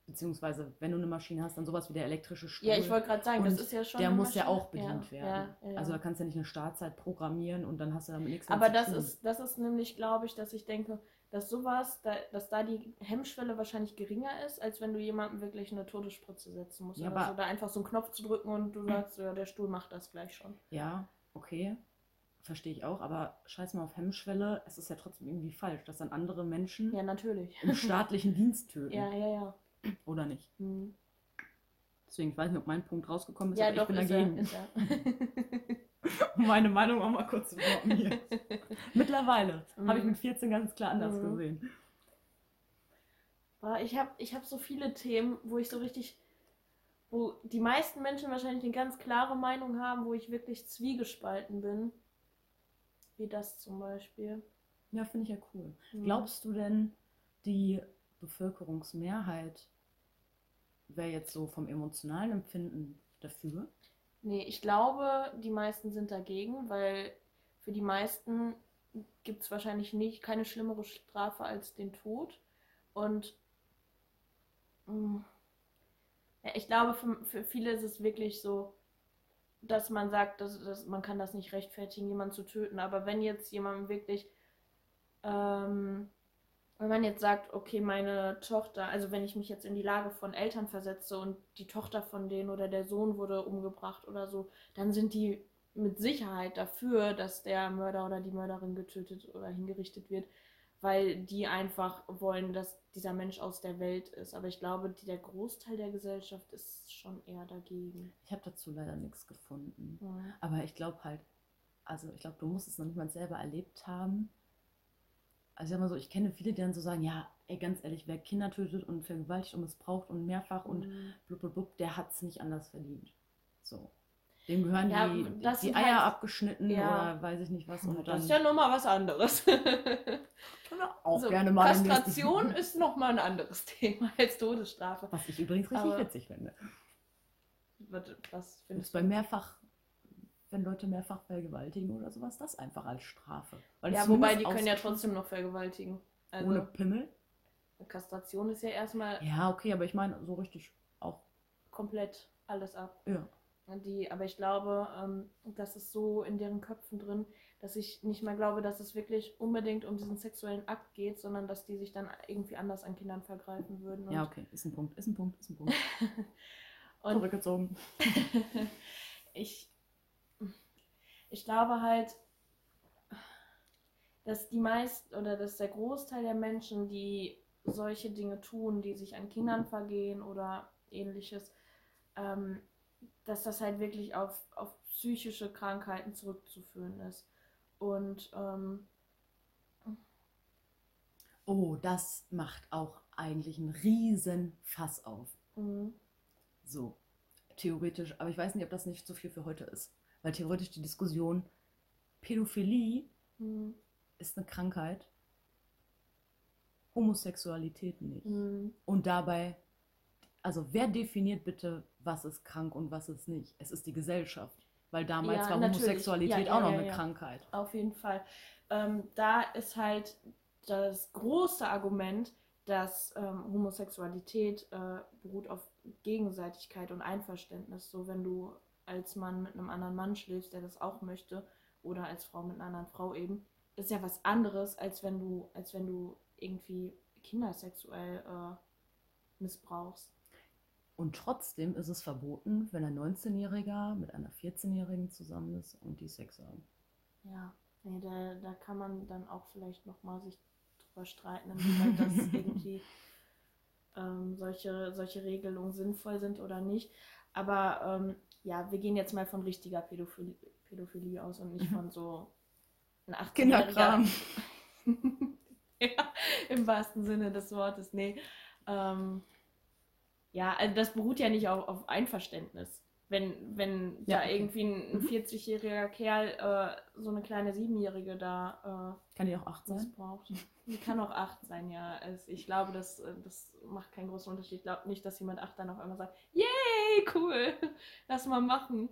A: beziehungsweise wenn du eine Maschine hast, dann sowas wie der elektrische Stuhl.
B: Ja, ich wollte gerade sagen, das
A: Und
B: ist ja schon
A: der
B: eine
A: muss ja
B: Maschine.
A: auch bedient
B: Ja,
A: werden.
B: ja, ja.
A: Also da kannst du ja nicht eine Startzeit programmieren und dann hast du damit nichts mehr
B: Aber
A: zu
B: das
A: tun.
B: ist, das ist nämlich, glaube ich, dass ich denke, dass sowas, da, dass da die Hemmschwelle wahrscheinlich geringer ist, als wenn du jemandem wirklich eine Todesspritze setzen musst.
A: Ja,
B: oder
A: aber-
B: so, da einfach so einen Knopf zu drücken und du sagst, ja, der Stuhl macht das gleich schon.
A: Ja, okay, verstehe ich auch, aber scheiß mal auf Hemmschwelle, es ist ja trotzdem irgendwie falsch, dass dann andere Menschen
B: Ja, natürlich.
A: im staatlichen Dienst töten,
B: Ja, ja, ja.
A: oder nicht?
B: Hm.
A: Deswegen, ich weiß nicht, ob mein Punkt rausgekommen ist,
B: Ja,
A: aber
B: doch,
A: ich bin
B: ist
A: dagegen.
B: er, ist er.
A: Um meine Meinung auch mal kurz zu droppen hier. Mittlerweile habe ich
B: Mhm.
A: mit vierzehn ganz klar anders
B: Mhm.
A: gesehen.
B: Boah, ich habe ich hab so viele Themen, wo ich so richtig, wo die meisten Menschen wahrscheinlich eine ganz klare Meinung haben, wo ich wirklich zwiegespalten bin. Wie das zum Beispiel.
A: Ja, finde ich ja cool.
B: Mhm.
A: Glaubst du denn, die Bevölkerungsmehrheit wäre jetzt so vom emotionalen Empfinden dafür?
B: Nee, ich glaube, die meisten sind dagegen, weil für die meisten gibt es wahrscheinlich nicht keine schlimmere Strafe als den Tod. Und mh, ja, ich glaube, für, für viele ist es wirklich so, dass man sagt, dass, dass man kann das nicht rechtfertigen, jemanden zu töten. Aber wenn jetzt jemand wirklich, ähm, wenn man jetzt sagt, okay, meine Tochter, also wenn ich mich jetzt in die Lage von Eltern versetze und die Tochter von denen oder der Sohn wurde umgebracht oder so, dann sind die mit Sicherheit dafür, dass der Mörder oder die Mörderin getötet oder hingerichtet wird, weil die einfach wollen, dass dieser Mensch aus der Welt ist. Aber ich glaube, die, der Großteil der Gesellschaft ist schon eher dagegen.
A: Ich habe dazu leider nichts gefunden.
B: Ja.
A: Aber ich glaube halt, also ich glaube, du musst es noch nicht mal selber erlebt haben. Also ich sag mal so, ich kenne viele, die dann so sagen, ja, ey, ganz ehrlich, wer Kinder tötet und vergewaltigt und missbraucht und mehrfach und
B: Mhm.
A: blub, blub, blub, der hat es nicht anders verdient. So. Dem gehören
B: Ja,
A: die,
B: das
A: die
B: sind
A: Eier
B: halt-
A: abgeschnitten
B: ja.
A: oder weiß ich nicht was. Und
B: Das
A: dann
B: ist ja nochmal was anderes.
A: auch
B: So,
A: gerne mal den nächsten-
B: Kastration ist nochmal ein anderes Thema als Todesstrafe.
A: Was ich übrigens richtig
B: Aber-
A: witzig finde.
B: Was, was
A: Das
B: findest
A: ist bei mehrfach, wenn Leute mehrfach vergewaltigen oder sowas, das einfach als Strafe. Weil
B: Ja,
A: es
B: wobei
A: muss
B: die können ja
A: ausgeschlossen-
B: trotzdem noch vergewaltigen. Also
A: Ohne Pimmel?
B: Kastration ist ja erstmal
A: Ja, okay, aber ich meine so richtig auch.
B: komplett alles ab.
A: Ja.
B: Die, aber ich glaube, ähm, das ist so in deren Köpfen drin, dass ich nicht mehr glaube, dass es wirklich unbedingt um diesen sexuellen Akt geht, sondern dass die sich dann irgendwie anders an Kindern vergreifen würden. Und,
A: Ja, okay, ist ein Punkt, ist ein Punkt, ist ein Punkt.
B: und
A: Zurückgezogen.
B: ich, ich glaube halt, dass die meisten oder dass der Großteil der Menschen, die solche Dinge tun, die sich an Kindern vergehen oder ähnliches, ähm, dass das halt wirklich auf, auf psychische Krankheiten zurückzuführen ist. Und ähm,
A: Oh, das macht auch eigentlich einen riesen Fass auf.
B: mh,
A: So, theoretisch, aber ich weiß nicht, ob das nicht so viel für heute ist. Weil theoretisch die Diskussion, Pädophilie
B: mh,
A: ist eine Krankheit, Homosexualität nicht.
B: mh.
A: Und dabei, also wer definiert bitte, was ist krank und was ist nicht? Es ist die Gesellschaft. Weil damals
B: Ja,
A: war
B: natürlich.
A: Homosexualität
B: Ja, ja,
A: auch noch
B: ja,
A: eine
B: ja.
A: Krankheit.
B: Auf jeden Fall. Ähm, da ist halt das große Argument, dass ähm, Homosexualität äh, beruht auf Gegenseitigkeit und Einverständnis. So, wenn du als Mann mit einem anderen Mann schläfst, der das auch möchte, oder als Frau mit einer anderen Frau eben, ist ja was anderes, als wenn du, als wenn du irgendwie Kinder sexuell äh, missbrauchst.
A: Und trotzdem ist es verboten, wenn ein neunzehnjähriger mit einer vierzehnjährigen zusammen ist und die Sex haben.
B: Ja, nee, da, da kann man dann auch vielleicht nochmal sich drüber streiten, inwieweit das irgendwie ähm, solche, solche Regelungen sinnvoll sind oder nicht. Aber ähm, ja, wir gehen jetzt mal von richtiger Pädophilie, Pädophilie aus und nicht von so ein achtzehnjähriger.
A: Kinderkram.
B: Ja, im wahrsten Sinne des Wortes, nee. Ähm, ja, also das beruht ja nicht auf, auf Einverständnis. Wenn, wenn
A: Ja,
B: da
A: okay.
B: irgendwie ein, ein
A: Mhm.
B: vierzig-jähriger Kerl äh, so eine kleine Siebenjährige da äh,
A: Kann die auch acht sein?
B: missbraucht. Die kann auch acht sein, ja. Also ich glaube, das, äh, das macht keinen großen Unterschied. Ich glaube nicht, dass jemand acht dann auf einmal sagt, yay, cool, lass mal machen.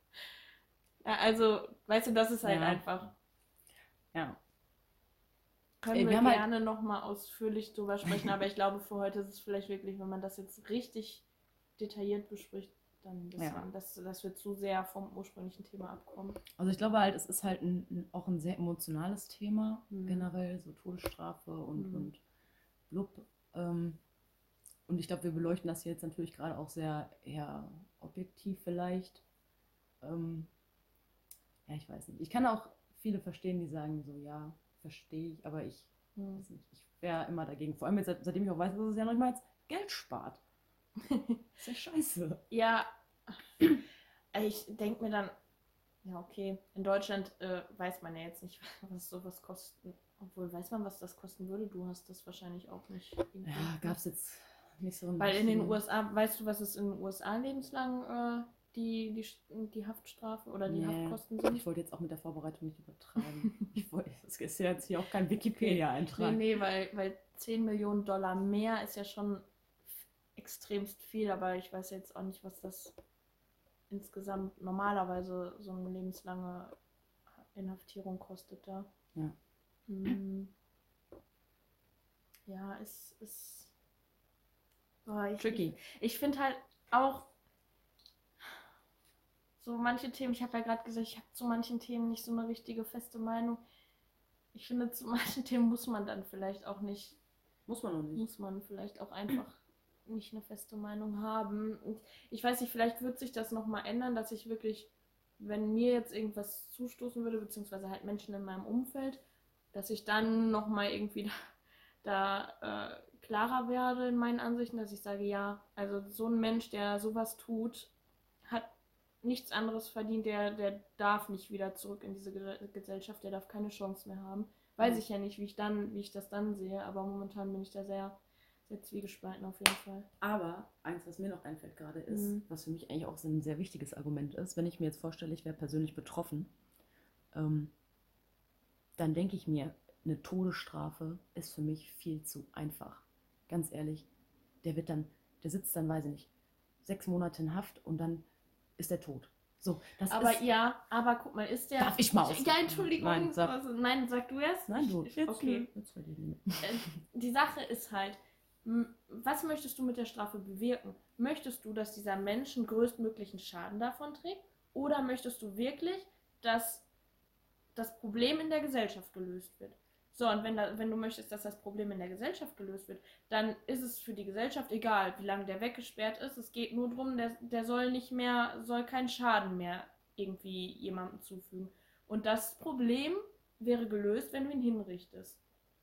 B: Ja, also, weißt du, das ist halt
A: Ja.
B: einfach.
A: Ja.
B: können
A: Ey,
B: wir,
A: wir haben halt-
B: gerne nochmal ausführlich drüber sprechen, aber ich glaube, für heute ist es vielleicht wirklich, wenn man das jetzt richtig detailliert bespricht, dann ein bisschen,
A: Ja.
B: dass, dass wir zu sehr vom ursprünglichen Thema abkommen.
A: Also ich glaube halt, es ist halt ein, ein, auch ein sehr emotionales Thema,
B: Mhm.
A: generell, so Todesstrafe und,
B: Mhm.
A: und blub. Ähm, und ich glaube, wir beleuchten das hier jetzt natürlich gerade auch sehr eher objektiv vielleicht. Ähm, ja, ich weiß nicht. Ich kann auch viele verstehen, die sagen so, ja, verstehe ich, aber ich
B: Mhm.
A: weiß nicht, ich wäre immer dagegen. Vor allem jetzt, seit- seitdem ich auch weiß, dass es ja noch nicht mal jetzt Geld spart. Das ist ja scheiße.
B: Ja, ich denke mir dann, ja, okay, in Deutschland äh, weiß man ja jetzt nicht, was sowas kosten. Obwohl, weiß man, was das kosten würde? Du hast das wahrscheinlich auch nicht. irgendwie.
A: Ja, gab es jetzt nicht so einen
B: Weil in den
A: richtigen-
B: U S A, weißt du, was es in den U S A lebenslang äh, die, die, die Haftstrafe oder die
A: Nee,
B: Haftkosten sind?
A: ich wollte jetzt auch mit der Vorbereitung nicht übertreiben. ich wollte, das ist ja jetzt hier auch kein Wikipedia-Eintrag.
B: Nee, nee, weil, weil zehn Millionen Dollar mehr ist ja schon extremst viel, aber ich weiß jetzt auch nicht, was das insgesamt normalerweise so eine lebenslange Inhaftierung kostet da.
A: Ja.
B: Hm. Ja, es ist. Boah, ich,
A: Tricky.
B: Ich, ich finde halt auch so manche Themen, ich habe ja gerade gesagt, ich habe zu manchen Themen nicht so eine richtige feste Meinung. Ich finde, zu manchen Themen muss man dann vielleicht auch nicht,
A: Muss man noch nicht.
B: muss man vielleicht auch einfach nicht eine feste Meinung haben. Und ich weiß nicht, vielleicht wird sich das nochmal ändern, dass ich wirklich, wenn mir jetzt irgendwas zustoßen würde, beziehungsweise halt Menschen in meinem Umfeld, dass ich dann nochmal irgendwie da, da äh, klarer werde in meinen Ansichten, dass ich sage, ja, also so ein Mensch, der sowas tut, hat nichts anderes verdient, der, der darf nicht wieder zurück in diese Ge- Gesellschaft, der darf keine Chance mehr haben. Weiß
A: Mhm.
B: ich ja nicht, wie ich dann, wie ich das dann sehe, aber momentan bin ich da sehr, sehr zwiegespalten auf jeden Fall.
A: Aber eins, was mir noch einfällt gerade ist,
B: Mhm.
A: was für mich eigentlich auch so ein sehr wichtiges Argument ist, wenn ich mir jetzt vorstelle, ich wäre persönlich betroffen, ähm, dann denke ich mir, eine Todesstrafe ist für mich viel zu einfach. Ganz ehrlich, der wird dann, der sitzt dann, weiß ich nicht, sechs Monate in Haft und dann ist er tot. So, das
B: Aber
A: ist,
B: ja, aber guck mal, ist der.
A: Darf ich mal
B: Ja,
A: ausreden?
B: Entschuldigung.
A: Nein, sag-
B: Also, nein, sag du erst.
A: Nein, du.
B: Ich, okay.
A: Jetzt verliere ich nicht.
B: Äh, Die Sache ist halt, m, was möchtest du mit der Strafe bewirken? Möchtest du, dass dieser Mensch einen größtmöglichen Schaden davon trägt? Oder möchtest du wirklich, dass das Problem in der Gesellschaft gelöst wird? So, und wenn, da, wenn du möchtest, dass das Problem in der Gesellschaft gelöst wird, dann ist es für die Gesellschaft egal, wie lange der weggesperrt ist. Es geht nur darum, der, der soll nicht mehr, soll keinen Schaden mehr irgendwie jemandem zufügen. Und das Problem wäre gelöst, wenn du ihn hinrichtest.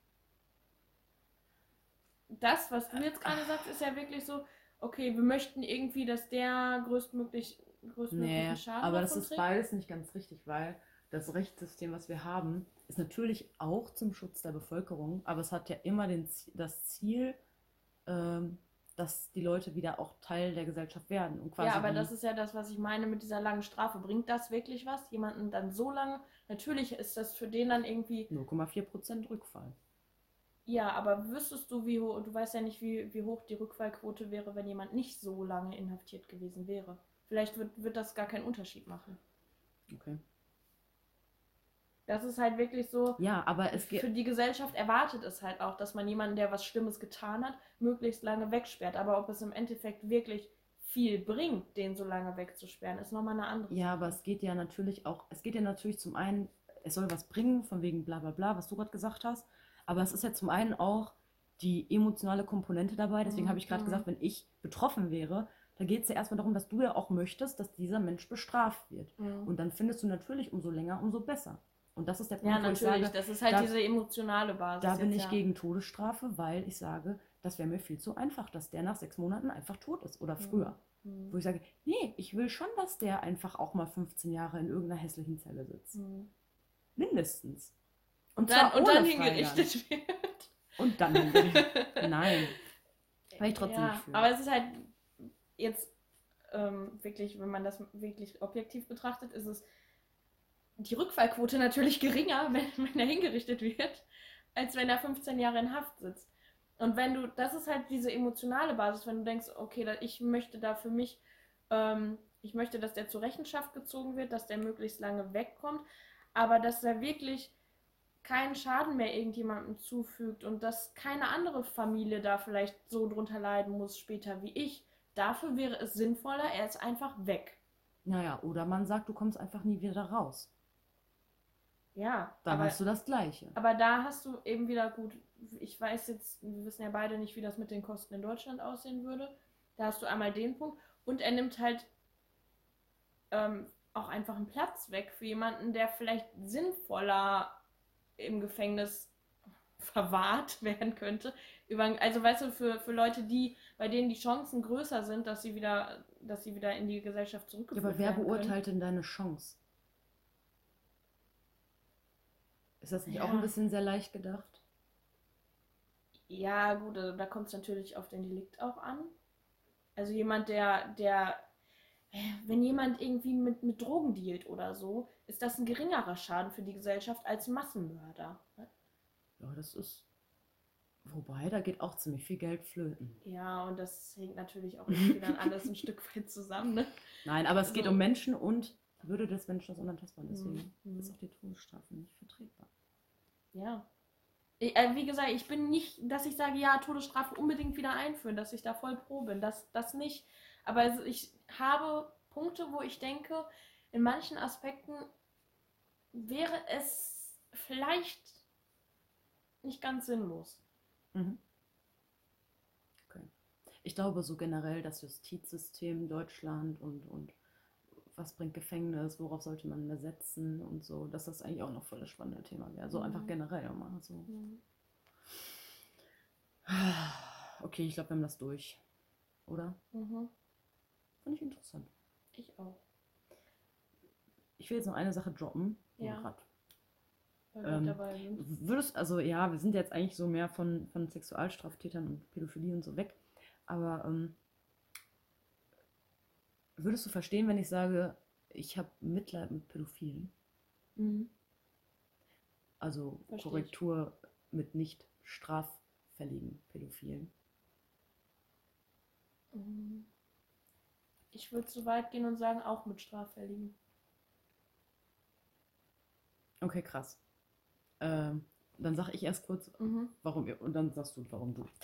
B: Das, was du jetzt gerade sagst, ist ja wirklich so, okay, wir möchten irgendwie, dass der größtmöglich, größtmöglichen
A: Nee,
B: Schaden
A: aber das
B: davon
A: ist
B: trägt.
A: beides nicht ganz richtig, weil das Rechtssystem, was wir haben, ist natürlich auch zum Schutz der Bevölkerung, aber es hat ja immer den, Z- das Ziel, ähm, dass die Leute wieder auch Teil der Gesellschaft werden. Und quasi
B: Ja, aber
A: die,
B: das ist ja das, was ich meine mit dieser langen Strafe. Bringt das wirklich was? Jemanden dann so lange? Natürlich ist das für den dann irgendwie.
A: null Komma vier Prozent Rückfall.
B: Ja, aber wüsstest du, wie hoch. Du weißt ja nicht, wie, wie hoch die Rückfallquote wäre, wenn jemand nicht so lange inhaftiert gewesen wäre. Vielleicht wird, wird das gar keinen Unterschied machen.
A: Okay.
B: Das ist halt wirklich so.
A: Ja, aber es
B: Für
A: geht.
B: die Gesellschaft erwartet es halt auch, dass man jemanden, der was Schlimmes getan hat, möglichst lange wegsperrt. Aber ob es im Endeffekt wirklich viel bringt, den so lange wegzusperren, ist nochmal eine andere
A: Ja,
B: Sache.
A: aber es geht ja natürlich auch, es geht ja natürlich zum einen, es soll was bringen, von wegen bla bla bla, was du gerade gesagt hast, aber es ist ja zum einen auch die emotionale Komponente dabei, deswegen
B: Mhm.
A: habe ich gerade gesagt, wenn ich betroffen wäre, da geht es ja erstmal darum, dass du ja auch möchtest, dass dieser Mensch bestraft wird.
B: Mhm.
A: Und dann findest du natürlich, umso länger, umso besser. Und das ist der Punkt,
B: Ja,
A: wo ich
B: natürlich.
A: sage,
B: Das ist halt
A: da-
B: diese emotionale Basis.
A: da bin
B: jetzt,
A: ich
B: ja.
A: gegen Todesstrafe, weil ich sage, das wäre mir viel zu einfach, dass der nach sechs Monaten einfach tot ist oder früher.
B: Mhm.
A: Wo ich sage, nee, ich will schon, dass der einfach auch mal fünfzehn Jahre in irgendeiner hässlichen Zelle sitzt.
B: Mhm.
A: Mindestens.
B: Und dann,
A: zwar
B: und dann
A: ohne
B: hingerichtet wird.
A: Und dann hingerichtet. Nein. Weil ich trotzdem
B: Ja,
A: nicht für.
B: aber es ist halt jetzt ähm, wirklich, wenn man das wirklich objektiv betrachtet, ist es die Rückfallquote natürlich geringer, wenn, wenn er hingerichtet wird, als wenn er fünfzehn Jahre in Haft sitzt. Und wenn du, das ist halt diese emotionale Basis, wenn du denkst, okay, da, ich möchte da für mich, ähm, ich möchte, dass der zur Rechenschaft gezogen wird, dass der möglichst lange wegkommt, aber dass er wirklich keinen Schaden mehr irgendjemandem zufügt und dass keine andere Familie da vielleicht so drunter leiden muss später wie ich. Dafür wäre es sinnvoller, er ist einfach weg.
A: Naja, oder man sagt, du kommst einfach nie wieder raus.
B: Ja.
A: Dann
B: aber,
A: hast du das Gleiche.
B: Aber da hast du eben wieder gut, ich weiß jetzt, wir wissen ja beide nicht, wie das mit den Kosten in Deutschland aussehen würde. Da hast du einmal den Punkt und er nimmt halt ähm, auch einfach einen Platz weg für jemanden, der vielleicht sinnvoller im Gefängnis verwahrt werden könnte. Also weißt du, für, für Leute, die, bei denen die Chancen größer sind, dass sie wieder, dass sie wieder in die Gesellschaft zurückgeführt werden.
A: Ja, aber wer
B: können.
A: beurteilt denn deine Chance? Ist das nicht
B: Ja.
A: auch ein bisschen sehr leicht gedacht?
B: Ja, gut, also da kommt es natürlich auf den Delikt auch an. Also jemand, der, der, wenn jemand irgendwie mit, mit Drogen dealt oder so, ist das ein geringerer Schaden für die Gesellschaft als Massenmörder.
A: Ja, das ist. Wobei, da geht auch ziemlich viel Geld flöten.
B: Ja, und das hängt natürlich auch irgendwie dann alles ein Stück weit zusammen, ne?
A: Nein, aber es
B: Also,
A: geht um Menschen und Würde des Menschen ist unantastbar. Deswegen
B: Mhm.
A: ist auch die Todesstrafe nicht vertretbar.
B: Ja. Ich, äh, wie gesagt, ich bin nicht, dass ich sage, ja, Todesstrafe unbedingt wieder einführen, dass ich da voll pro bin. Das, das nicht. Aber also ich habe Punkte, wo ich denke, in manchen Aspekten wäre es vielleicht nicht ganz sinnlos.
A: Mhm. Okay. Ich glaube so generell, das Justizsystem Deutschland und, und was bringt Gefängnis, worauf sollte man da setzen und so, dass das eigentlich auch noch voll das spannende Thema wäre. So
B: Mhm.
A: einfach generell mal so.
B: Mhm.
A: Okay, ich glaube, wir haben das durch. Oder?
B: Mhm.
A: Fand ich interessant.
B: Ich auch.
A: Ich will jetzt noch eine Sache droppen.
B: Ja.
A: Grad.
B: Weil wir
A: Ähm,
B: dabei sind.
A: Würdest, also ja, wir sind jetzt eigentlich so mehr von, von Sexualstraftätern und Pädophilie und so weg. Aber ähm, würdest du verstehen, wenn ich sage, ich habe Mitleid mit Pädophilen?
B: Mhm.
A: Also
B: Versteh ich.
A: Korrektur mit nicht straffälligen Pädophilen.
B: Mhm. Ich würde so weit gehen und sagen, auch mit Straffälligen.
A: Okay, krass. Ähm, dann sag ich erst kurz,
B: Mhm.
A: warum ihr, und dann sagst du, warum du.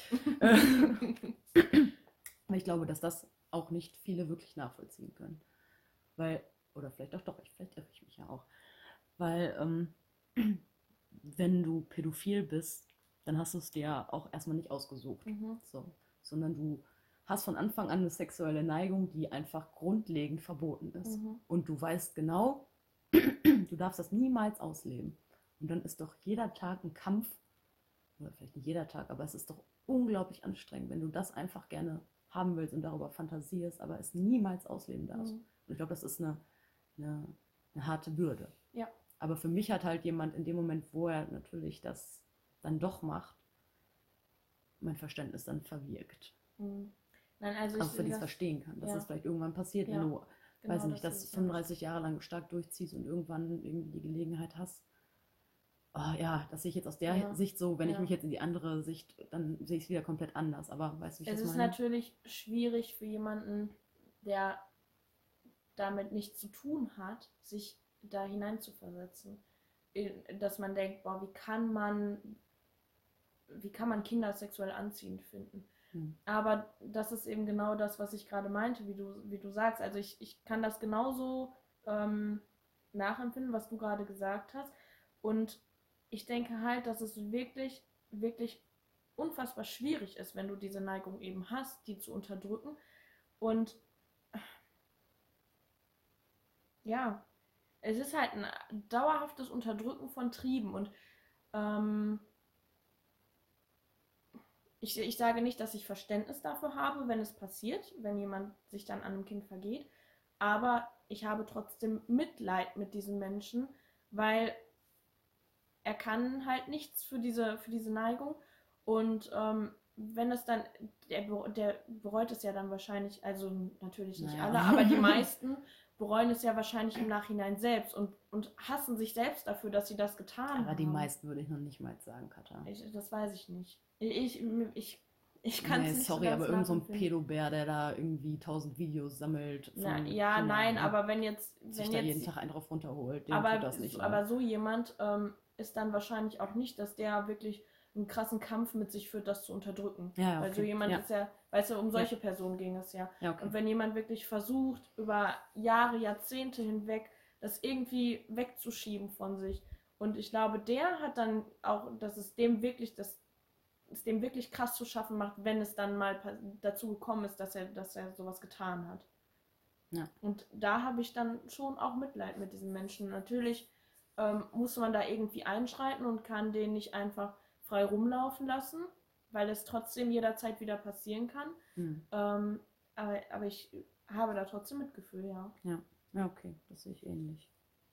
A: Aber ich glaube, dass das auch nicht viele wirklich nachvollziehen können. Weil, oder vielleicht auch doch, ich, vielleicht irre ich mich ja auch. Weil, ähm, wenn du pädophil bist, dann hast du es dir auch erstmal nicht ausgesucht.
B: Mhm.
A: So, sondern du hast von Anfang an eine sexuelle Neigung, die einfach grundlegend verboten ist.
B: Mhm.
A: Und du weißt genau, du darfst das niemals ausleben. Und dann ist doch jeder Tag ein Kampf, oder vielleicht nicht jeder Tag, aber es ist doch unglaublich anstrengend, wenn du das einfach gerne haben willst und darüber fantasierst, aber es niemals ausleben darfst.
B: Mhm.
A: Und ich glaube, das ist eine, eine, eine harte Bürde.
B: Ja.
A: Aber für mich hat halt jemand in dem Moment, wo er natürlich das dann doch macht, mein Verständnis dann verwirkt.
B: Mhm. Nein, also ich
A: Also für die es
B: das,
A: verstehen kann, dass
B: ja.
A: es vielleicht irgendwann passiert,
B: Ja,
A: wenn du,
B: genau
A: weiß nicht,
B: das
A: das
B: ist es, ja.
A: fünfunddreißig Jahre lang stark durchziehst und irgendwann irgendwie die Gelegenheit hast. Oh, ja, das sehe ich jetzt aus der
B: Ja.
A: Sicht so, wenn ich
B: Ja.
A: mich jetzt in die andere Sicht, dann sehe ich es wieder komplett anders. Aber weißt du, wie ich
B: Es
A: das
B: ist
A: meine?
B: natürlich schwierig für jemanden, der damit nichts zu tun hat, sich da hineinzuversetzen. Dass man denkt, boah, wie kann man, wie kann man Kinder sexuell anziehend finden?
A: Hm.
B: Aber das ist eben genau das, was ich gerade meinte, wie du, wie du sagst. Also ich, ich kann das genauso ähm, nachempfinden, was du gerade gesagt hast. Und ich denke halt, dass es wirklich, wirklich unfassbar schwierig ist, wenn du diese Neigung eben hast, die zu unterdrücken. Und ja, es ist halt ein dauerhaftes Unterdrücken von Trieben. Und ähm, ich, ich sage nicht, dass ich Verständnis dafür habe, wenn es passiert, wenn jemand sich dann an einem Kind vergeht. Aber ich habe trotzdem Mitleid mit diesen Menschen, weil er kann halt nichts für diese, für diese Neigung. Und ähm, wenn es dann, der, der bereut es ja dann wahrscheinlich, also natürlich nicht
A: Naja.
B: alle, aber die meisten bereuen es ja wahrscheinlich im Nachhinein selbst und, und hassen sich selbst dafür, dass sie das getan haben.
A: Aber die meisten würde ich noch nicht mal sagen, Katha.
B: Ich, das weiß ich nicht. Ich, ich, ich kann es
A: Nee,
B: nicht
A: sorry,
B: so ganz
A: aber irgend so ein
B: nachempfinden.
A: Pädobär, der da irgendwie tausend Videos sammelt. Von
B: Na, ja,
A: Kindern
B: nein,
A: und
B: aber wenn jetzt,
A: sich
B: wenn
A: da
B: jetzt
A: jeden Tag einen drauf runterholt, dem
B: aber,
A: tut das nicht.
B: aber so jemand ähm, ist dann wahrscheinlich auch nicht, dass der wirklich einen krassen Kampf mit sich führt, das zu unterdrücken.
A: Ja, okay.
B: Weil so jemand
A: ja.
B: ist ja, weißt du, um solche ja. Personen ging es ja.
A: ja okay.
B: Und wenn jemand wirklich versucht, über Jahre, Jahrzehnte hinweg, das irgendwie wegzuschieben von sich. Und ich glaube, der hat dann auch, dass es dem wirklich, das es dem wirklich krass zu schaffen macht, wenn es dann mal dazu gekommen ist, dass er, dass er sowas getan hat.
A: Ja.
B: Und da habe ich dann schon auch Mitleid mit diesen Menschen. Natürlich ähm, muss man da irgendwie einschreiten und kann den nicht einfach frei rumlaufen lassen, weil es trotzdem jederzeit wieder passieren kann.
A: Mhm.
B: Ähm, aber, aber ich habe da trotzdem Mitgefühl, ja.
A: Ja, ja okay, das sehe ich ähnlich.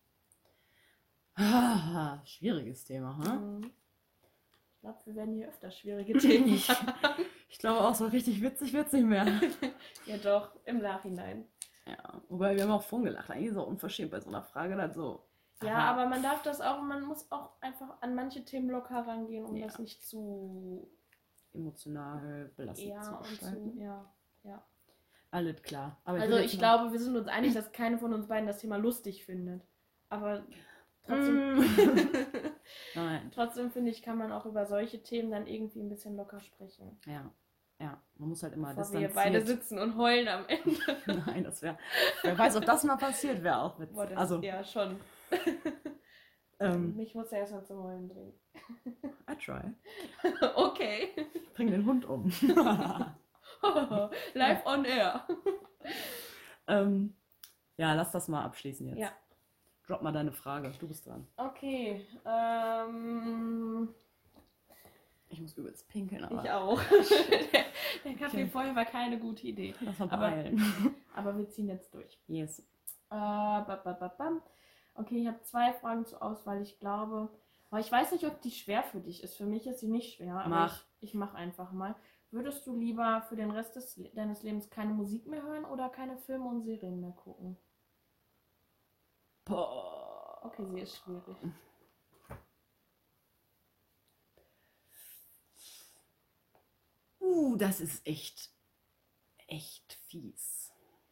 A: Ah, schwieriges Thema, hm?
B: Mhm. Ich glaube, wir werden hier öfter schwierige Themen
A: ich, ich glaube auch, so richtig witzig wird es nicht mehr.
B: Ja doch, im Nachhinein.
A: Ja, wobei wir haben auch vorhin gelacht. Eigentlich ist es auch unverschämt bei so einer Frage dann so.
B: Ja, aha. Aber man darf das auch, man muss auch einfach an manche Themen locker rangehen, um ja. das nicht zu
A: emotional belastend
B: ja,
A: zu gestalten.
B: Zu, ja, ja.
A: Alles klar. Aber
B: also ich, ich glaube, wir sind uns einig, dass keine von uns beiden das Thema lustig findet. Aber trotzdem,
A: Nein.
B: trotzdem finde ich, kann man auch über solche Themen dann irgendwie ein bisschen locker sprechen.
A: Ja. Ja, man muss halt immer
B: Bevor
A: distanziert.
B: wir beide sitzen und heulen am Ende.
A: Nein, das wäre, wer weiß, ob das mal passiert, wäre auch witzig.
B: Boah, das,
A: also,
B: ja, schon.
A: ähm,
B: Mich muss ja erstmal zum Heulen bringen.
A: I try.
B: Okay.
A: Ich bring den Hund um.
B: Live on air.
A: ähm, ja, lass das mal abschließen jetzt.
B: Ja.
A: Drop mal deine Frage, du bist dran.
B: Okay, ähm...
A: Ich muss übelst pinkeln, aber...
B: Ich auch. der, der Kaffee okay. vorher war keine gute Idee.
A: Lass mal beeilen.
B: Aber, aber wir ziehen jetzt durch.
A: Yes.
B: Äh, ba, ba, ba, ba. Okay, ich habe zwei Fragen zur Auswahl. Ich glaube... Aber ich weiß nicht, ob die schwer für dich ist. Für mich ist sie nicht schwer. Aber
A: mach.
B: Ich, ich mache einfach mal. Würdest du lieber für den Rest des, deines Lebens keine Musik mehr hören oder keine Filme und Serien mehr gucken?
A: Boah.
B: Okay, sie ist schwierig.
A: Uh, das ist echt, echt fies.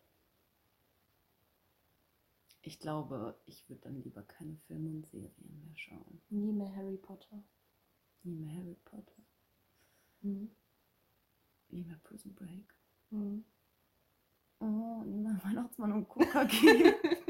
A: Ich glaube, ich würde dann lieber keine Filme und Serien mehr schauen.
B: Nie mehr Harry Potter.
A: Nie mehr Harry Potter.
B: Mhm.
A: Nie mehr Prison Break.
B: Mhm.
A: Oh, nie mehr Weihnachtsmann und K K.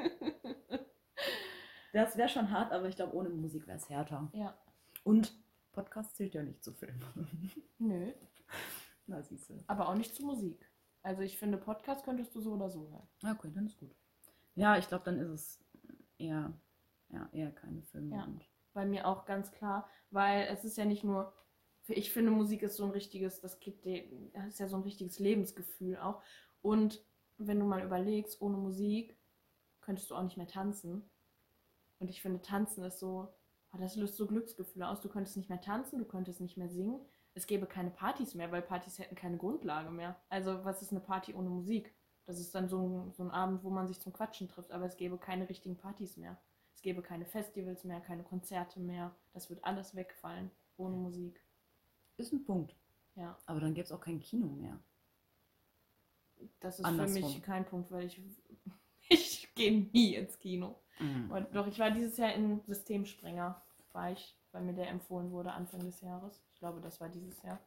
A: Das wäre schon hart, aber ich glaube, ohne Musik wäre es härter.
B: Ja.
A: Und Podcast zählt ja nicht zu Filmen.
B: Nö.
A: Na, siehst du.
B: Aber auch nicht zu Musik. Also ich finde, Podcast könntest du so oder so hören.
A: Okay, dann ist gut. Ja, ich glaube, dann ist es eher, ja, eher keine Filme.
B: Ja,
A: und
B: bei mir auch ganz klar, weil es ist ja nicht nur, ich finde, Musik ist so ein richtiges, das gibt dir, das ist ja so ein richtiges Lebensgefühl auch. Und wenn du mal überlegst, ohne Musik könntest du auch nicht mehr tanzen. Und ich finde, tanzen ist so, das löst so Glücksgefühle aus. Du könntest nicht mehr tanzen, du könntest nicht mehr singen. Es gäbe keine Partys mehr, weil Partys hätten keine Grundlage mehr. Also was ist eine Party ohne Musik? Das ist dann so ein, so ein Abend, wo man sich zum Quatschen trifft, aber es gäbe keine richtigen Partys mehr. Es gäbe keine Festivals mehr, keine Konzerte mehr. Das wird alles wegfallen ohne Musik.
A: Ist ein Punkt.
B: Ja.
A: Aber dann gäbe es auch kein Kino mehr.
B: Das ist
A: Andersrum.
B: für mich kein Punkt, weil ich, ich gehe nie ins Kino.
A: Mhm.
B: Und doch, ich war dieses Jahr in Systemsprenger, war ich, weil mir der empfohlen wurde Anfang des Jahres. Ich glaube, das war dieses Jahr.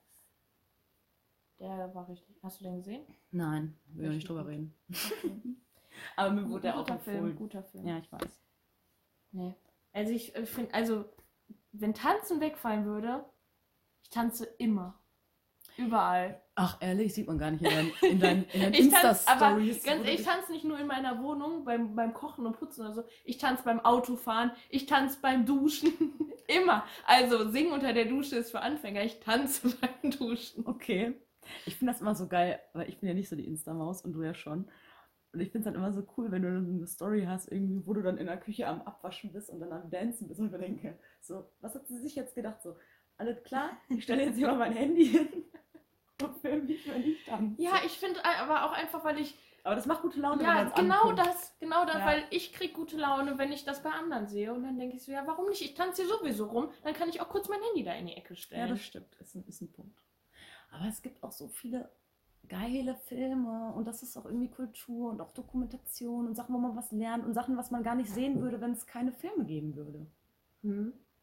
B: Der war richtig. Hast du den gesehen?
A: Nein, will ich nicht drüber
B: gut.
A: reden.
B: Okay.
A: Aber mir wurde der auch
B: guter
A: empfohlen.
B: Film, guter Film.
A: Ja, ich weiß.
B: Nee. Also ich finde, also wenn Tanzen wegfallen würde, ich tanze immer. Überall.
A: Ach, ehrlich, sieht man gar nicht in deinen, in deinen, in deinen
B: Ich tanze, aber
A: Insta-Stories.
B: ganz ehrlich, ich tanze nicht nur in meiner Wohnung, beim, beim Kochen und Putzen oder so. Ich tanze beim Autofahren, ich tanze beim Duschen. Immer. Also singen unter der Dusche ist für Anfänger. Ich tanze beim Duschen.
A: Okay. Ich finde das immer so geil, weil ich bin ja nicht so die Insta-Maus und du ja schon. Und ich finde es halt immer so cool, wenn du eine Story hast, irgendwie, wo du dann in der Küche am Abwaschen bist und dann am Dancen bist und ich mir denke, so, was hat sie sich jetzt gedacht? So, alles klar, ich stelle jetzt hier mal mein Handy hin und filme mich, wenn ich tanze.
B: Ja, ich finde aber auch einfach, weil ich...
A: Aber das macht gute Laune, wenn
B: Ja,
A: man es
B: genau
A: anguckt.
B: das, genau das,
A: Ja.
B: weil ich kriege gute Laune, wenn ich das bei anderen sehe. Und dann denke ich so, ja, warum nicht? Ich tanze hier sowieso rum, dann kann ich auch kurz mein Handy da in die Ecke stellen.
A: Ja, das stimmt, ist ein, ist ein Punkt. Aber es gibt auch so viele geile Filme und das ist auch irgendwie Kultur und auch Dokumentation und Sachen, wo man was lernt und Sachen, was man gar nicht sehen würde, wenn es keine Filme geben würde.
B: Hm.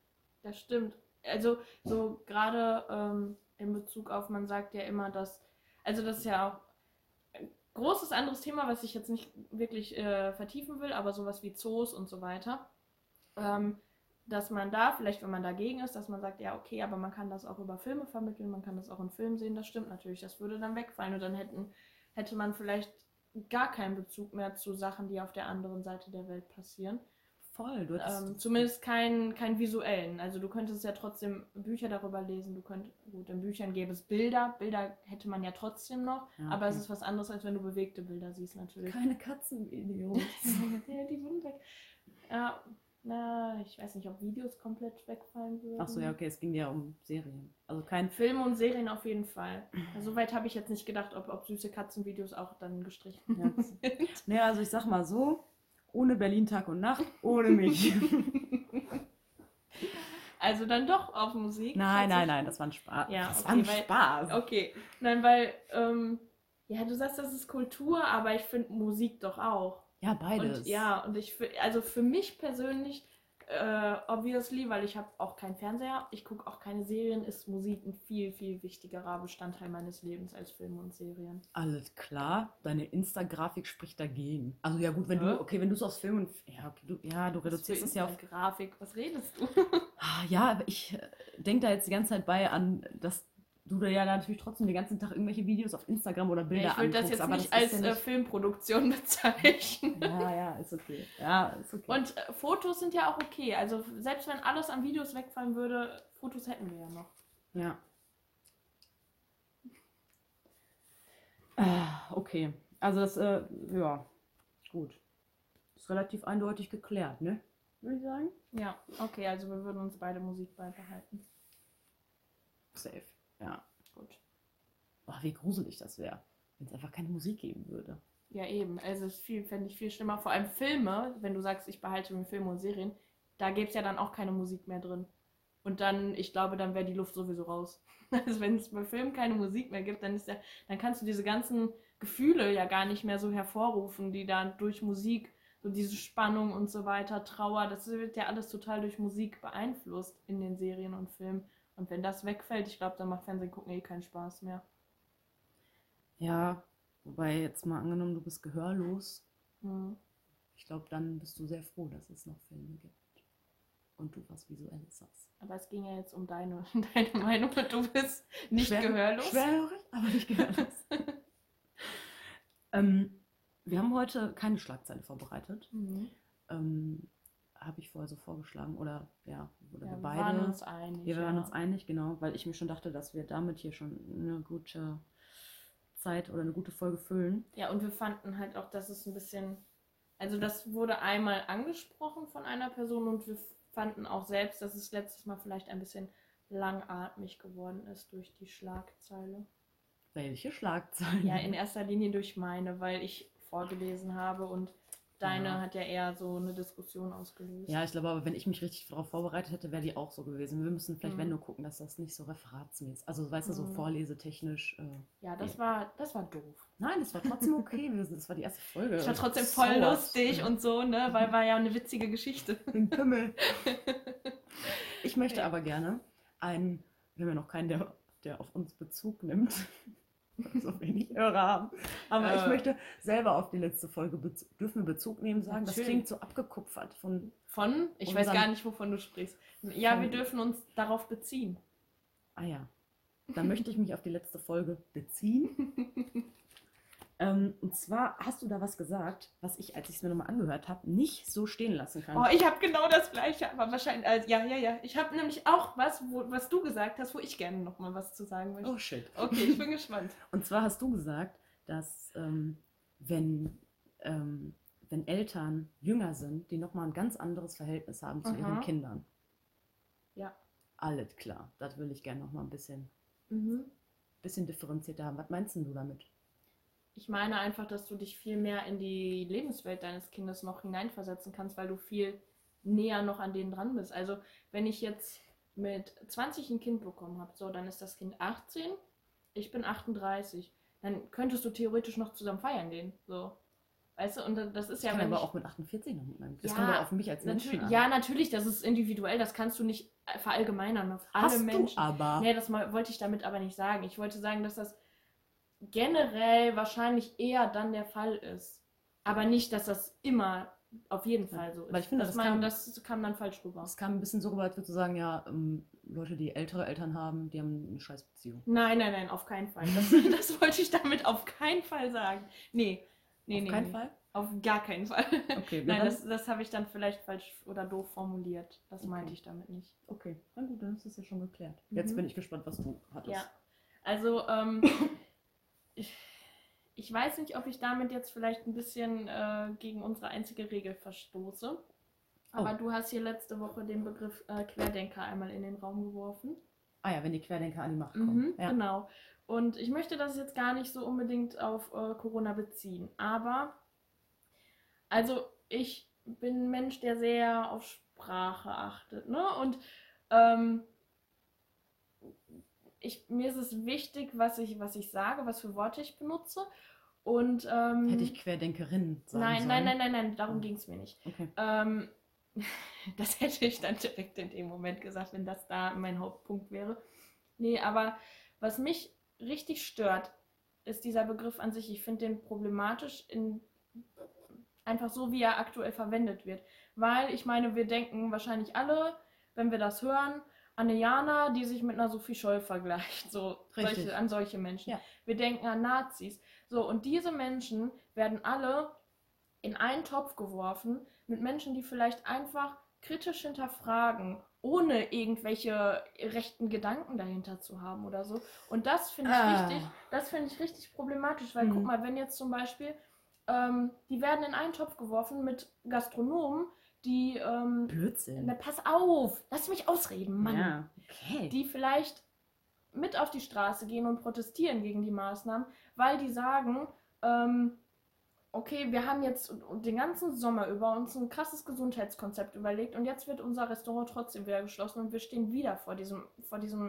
B: Das stimmt. Also so gerade ähm, in Bezug auf, man sagt ja immer, dass, also das ist ja auch ein großes anderes Thema, was ich jetzt nicht wirklich äh, vertiefen will, aber sowas wie Zoos und so weiter, ähm, dass man da, vielleicht wenn man dagegen ist, dass man sagt, ja okay, aber man kann das auch über Filme vermitteln, man kann das auch in Filmen sehen, das stimmt natürlich, das würde dann wegfallen und dann hätten, hätte man vielleicht gar keinen Bezug mehr zu Sachen, die auf der anderen Seite der Welt passieren.
A: Voll, du hättest
B: Ähm, zumindest keinen kein visuellen. Also du könntest ja trotzdem Bücher darüber lesen. Du könnt, gut, in Büchern gäbe es Bilder. Bilder hätte man ja trotzdem noch.
A: Ja,
B: aber es
A: okay.
B: ist was anderes, als wenn du bewegte Bilder siehst natürlich.
A: Keine Katzenvideos.
B: Ja, die würden weg. Ja, na, ich weiß nicht, ob Videos komplett wegfallen würden.
A: Achso, ja, okay, es ging ja um Serien. Also kein
B: Filme und Serien auf jeden Fall. Also soweit habe ich jetzt nicht gedacht, ob, ob süße Katzenvideos auch dann gestrichen
A: Ja.
B: sind.
A: Naja, also ich sag mal so, ohne Berlin Tag und Nacht, ohne mich.
B: Also dann doch auf Musik.
A: Nein, nein, nein, das war ein Spaß.
B: Ja,
A: das
B: okay,
A: war ein
B: weil-
A: Spaß.
B: Okay, nein, weil, ähm, ja, du sagst, das ist Kultur, aber ich finde Musik doch auch.
A: Ja, beides.
B: Und ja, und ich, fi- also für mich persönlich, äh, obviously, weil ich habe auch keinen Fernseher, ich gucke auch keine Serien, ist Musik ein viel, viel wichtigerer Bestandteil meines Lebens als Filme und Serien.
A: Alles klar, deine Insta-Grafik spricht dagegen. Also ja gut, wenn
B: Hä?
A: du, okay, wenn du es aus Filmen und, ja, okay, du, ja, du reduzierst es ja auf,
B: Grafik, was redest du?
A: ah, ja, aber ich denke da jetzt die ganze Zeit bei an, dass du da ja natürlich trotzdem den ganzen Tag irgendwelche Videos auf Instagram oder Bilder
B: Ja, ich würde das
A: anguckst,
B: jetzt
A: aber
B: nicht
A: das
B: als
A: ist ja
B: äh,
A: nicht,
B: Filmproduktion bezeichnen.
A: ja, ja, ist okay. Ja, ist okay.
B: Und äh, Fotos sind ja auch okay. Also selbst wenn alles an Videos wegfallen würde, Fotos hätten wir ja noch.
A: Ja. Ah, okay. Also das, äh, ja, gut. Ist relativ eindeutig geklärt, ne? Würde ich sagen.
B: Ja, okay, also wir würden uns beide Musik beibehalten.
A: Safe. Ja.
B: Gut.
A: Boah, wie gruselig das wäre, wenn es einfach keine Musik geben würde.
B: Ja, eben. Also es ist viel, fände ich viel schlimmer. Vor allem Filme, wenn du sagst, ich behalte mir Filme und Serien, da gäbe es ja dann auch keine Musik mehr drin. Und dann, ich glaube, dann wäre die Luft sowieso raus. Also wenn es bei Filmen keine Musik mehr gibt, dann ist ja, dann kannst du diese ganzen Gefühle ja gar nicht mehr so hervorrufen, die dann durch Musik, so diese Spannung und so weiter, Trauer, das wird ja alles total durch Musik beeinflusst in den Serien und Filmen. Und wenn das wegfällt, ich glaube, dann macht Fernsehen gucken eh keinen Spaß mehr.
A: Ja, wobei jetzt mal angenommen, du bist gehörlos.
B: Hm.
A: Ich glaube, dann bist du sehr froh, dass es noch Filme gibt. Und du was Visuelles hast.
B: Aber es ging ja jetzt um deine, deine Meinung und du bist nicht
A: Schwer-
B: gehörlos.
A: Schwerhörig, aber nicht gehörlos. ähm, wir haben heute keine Schlagzeile vorbereitet.
B: Mhm.
A: Ähm, Habe ich vorher so vorgeschlagen. Oder ja, oder
B: Ja,
A: wir
B: wir
A: beide.
B: waren uns einig.
A: Ja, wir waren
B: ja.
A: uns einig, genau, weil ich mir schon dachte, dass wir damit hier schon eine gute Zeit oder eine gute Folge füllen.
B: Ja, und wir fanden halt auch, dass es ein bisschen, also das wurde einmal angesprochen von einer Person und wir fanden auch selbst, dass es letztes Mal vielleicht ein bisschen langatmig geworden ist durch die Schlagzeile.
A: Welche Schlagzeilen?
B: Ja, in erster Linie durch meine, weil ich vorgelesen habe und deine
A: Ja.
B: hat ja eher so eine Diskussion ausgelöst.
A: Ja, ich glaube aber, wenn ich mich richtig darauf vorbereitet hätte, wäre die auch so gewesen. Wir müssen vielleicht,
B: Mhm.
A: wenn nur gucken, dass das nicht so referatsmäßig, also weißt du, so
B: Mhm.
A: vorlesetechnisch. Äh,
B: Ja, das
A: Ja.
B: war, das war doof.
A: Nein, das war trotzdem okay. Wir- Das war die erste Folge.
B: Es war trotzdem
A: Ich
B: voll
A: bin sauer.
B: lustig und so, ne, weil war ja eine witzige Geschichte.
A: Ein Pimmel. Ich möchte
B: Ja.
A: aber gerne einen, wir haben ja noch keinen, der, der auf uns Bezug nimmt, weil wir so wenig Hörer haben. Aber ich
B: Äh.
A: möchte selber auf die letzte Folge Bezug, dürfen wir Bezug nehmen sagen. Das
B: Natürlich.
A: klingt so abgekupfert von.
B: Von? Ich
A: Und
B: weiß
A: dann-
B: gar nicht, wovon du sprichst. Ja,
A: Von-
B: wir dürfen uns darauf beziehen.
A: Ah ja. Dann möchte ich mich auf die letzte Folge beziehen. ähm, und zwar hast du da was gesagt, was ich, als ich es mir nochmal angehört habe, nicht so stehen lassen kann.
B: Oh, ich habe genau das Gleiche, aber wahrscheinlich, also, ja, ja, ja. Ich habe nämlich auch was, wo, was du gesagt hast, wo ich gerne nochmal was zu sagen möchte.
A: Oh shit.
B: Okay, ich bin gespannt.
A: Und zwar hast du gesagt, dass ähm, wenn, ähm, wenn Eltern jünger sind, die nochmal ein ganz anderes Verhältnis haben zu
B: Aha.
A: ihren Kindern.
B: Ja.
A: Alles klar. Das will ich gerne nochmal ein bisschen,
B: Mhm.
A: bisschen differenzierter haben. Was meinst denn du damit?
B: Ich meine einfach, dass du dich viel mehr in die Lebenswelt deines Kindes noch hineinversetzen kannst, weil du viel näher noch an denen dran bist. Also wenn ich jetzt mit zwanzig ein Kind bekommen habe, so, dann ist das Kind achtzehn, ich bin achtunddreißig. Dann könntest du theoretisch noch zusammen feiern gehen. So. Weißt du, und das ist
A: Ich
B: ja,
A: kann
B: wenn
A: aber
B: ich,
A: auch mit achtundvierzig noch mit meinem. Das
B: Ja,
A: kommt aber auf mich als Menschen
B: natürlich,
A: an.
B: ja, natürlich, das ist individuell, das kannst du nicht verallgemeinern auf alle
A: Hast
B: Menschen.
A: du aber.
B: Nee, das mal, wollte ich damit aber nicht sagen. Ich wollte sagen, dass das generell wahrscheinlich eher dann der Fall ist. Aber nicht, dass das immer auf jeden Fall so ist.
A: Weil ich finde,
B: das,
A: das
B: mein,
A: kam-
B: das kam dann falsch rüber.
A: Es kam ein bisschen so rüber, als würdest du sagen, ja, ähm, Leute, die ältere Eltern haben, die haben eine scheiß Beziehung.
B: Nein, nein, nein, auf keinen Fall. Das, das wollte ich damit auf keinen Fall sagen. Nee, nee,
A: Auf
B: nee.
A: keinen
B: nee.
A: Fall?
B: Auf gar keinen Fall.
A: Okay, ja,
B: Nein,
A: dann-
B: das, das habe ich dann vielleicht falsch oder doof formuliert. Das
A: Okay.
B: meinte ich damit nicht.
A: Okay, na gut, dann ist das ja schon geklärt. Jetzt
B: Mhm.
A: bin ich gespannt, was du hattest.
B: Ja, also ähm, ich, ich weiß nicht, ob ich damit jetzt vielleicht ein bisschen äh, gegen unsere einzige Regel verstoße. Aber
A: Oh.
B: du hast hier letzte Woche den Begriff äh, Querdenker einmal in den Raum geworfen.
A: Ah ja, wenn die Querdenker an die Macht kommen.
B: Mhm,
A: Ja.
B: Genau. Und ich möchte das jetzt gar nicht so unbedingt auf äh, Corona beziehen. Aber, also ich bin ein Mensch, der sehr auf Sprache achtet. Ne? Und ähm, ich, mir ist es wichtig, was ich, was ich sage, was für Worte ich benutze. Und, ähm,
A: Hätte ich Querdenkerin sagen
B: nein,
A: sollen.
B: nein, nein, nein, nein, darum
A: Oh.
B: ging es mir nicht.
A: Okay.
B: Ähm, das hätte ich dann direkt in dem Moment gesagt, wenn das da mein Hauptpunkt wäre. Nee, aber was mich richtig stört, ist dieser Begriff an sich. Ich finde den problematisch, in, einfach so, wie er aktuell verwendet wird. Weil, ich meine, wir denken wahrscheinlich alle, wenn wir das hören, an eine Jana, die sich mit einer Sophie Scholl vergleicht. So,
A: Richtig.
B: solche, an solche Menschen.
A: Ja.
B: Wir denken an Nazis. So, und diese Menschen werden alle in einen Topf geworfen mit Menschen, die vielleicht einfach kritisch hinterfragen, ohne irgendwelche rechten Gedanken dahinter zu haben oder so. Und das finde ich
A: Ah.
B: richtig, das finde ich richtig problematisch, weil
A: Mhm.
B: guck mal, wenn jetzt zum Beispiel, ähm, die werden in einen Topf geworfen mit Gastronomen, die, ähm,
A: Blödsinn.
B: na, pass auf, lass mich ausreden, Mann,
A: Ja, okay.
B: die vielleicht mit auf die Straße gehen und protestieren gegen die Maßnahmen, weil die sagen, ähm, okay, wir haben jetzt den ganzen Sommer über uns ein krasses Gesundheitskonzept überlegt und jetzt wird unser Restaurant trotzdem wieder geschlossen und wir stehen wieder vor diesem, vor diesem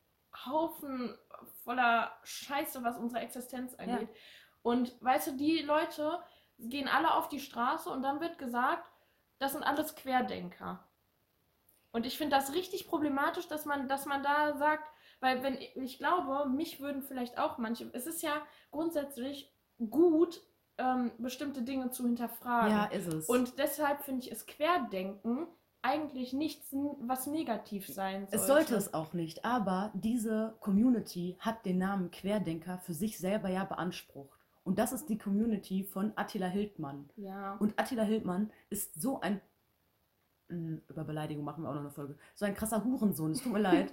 B: Haufen voller Scheiße, was unsere Existenz angeht.
A: Ja.
B: Und weißt du, die Leute gehen alle auf die Straße und dann wird gesagt, das sind alles Querdenker. Und ich finde das richtig problematisch, dass man, dass man da sagt, weil wenn ich glaube, mich würden vielleicht auch manche, es ist ja grundsätzlich gut, ähm, bestimmte Dinge zu hinterfragen.
A: Ja, ist es.
B: Und deshalb finde ich es Querdenken eigentlich nichts, was negativ sein sollte.
A: Es sollte es auch nicht, aber diese Community hat den Namen Querdenker für sich selber ja beansprucht. Und das ist die Community von Attila Hildmann.
B: Ja.
A: Und Attila Hildmann ist so ein, mh, über Beleidigung machen wir auch noch eine Folge, so ein krasser Hurensohn, es tut mir leid.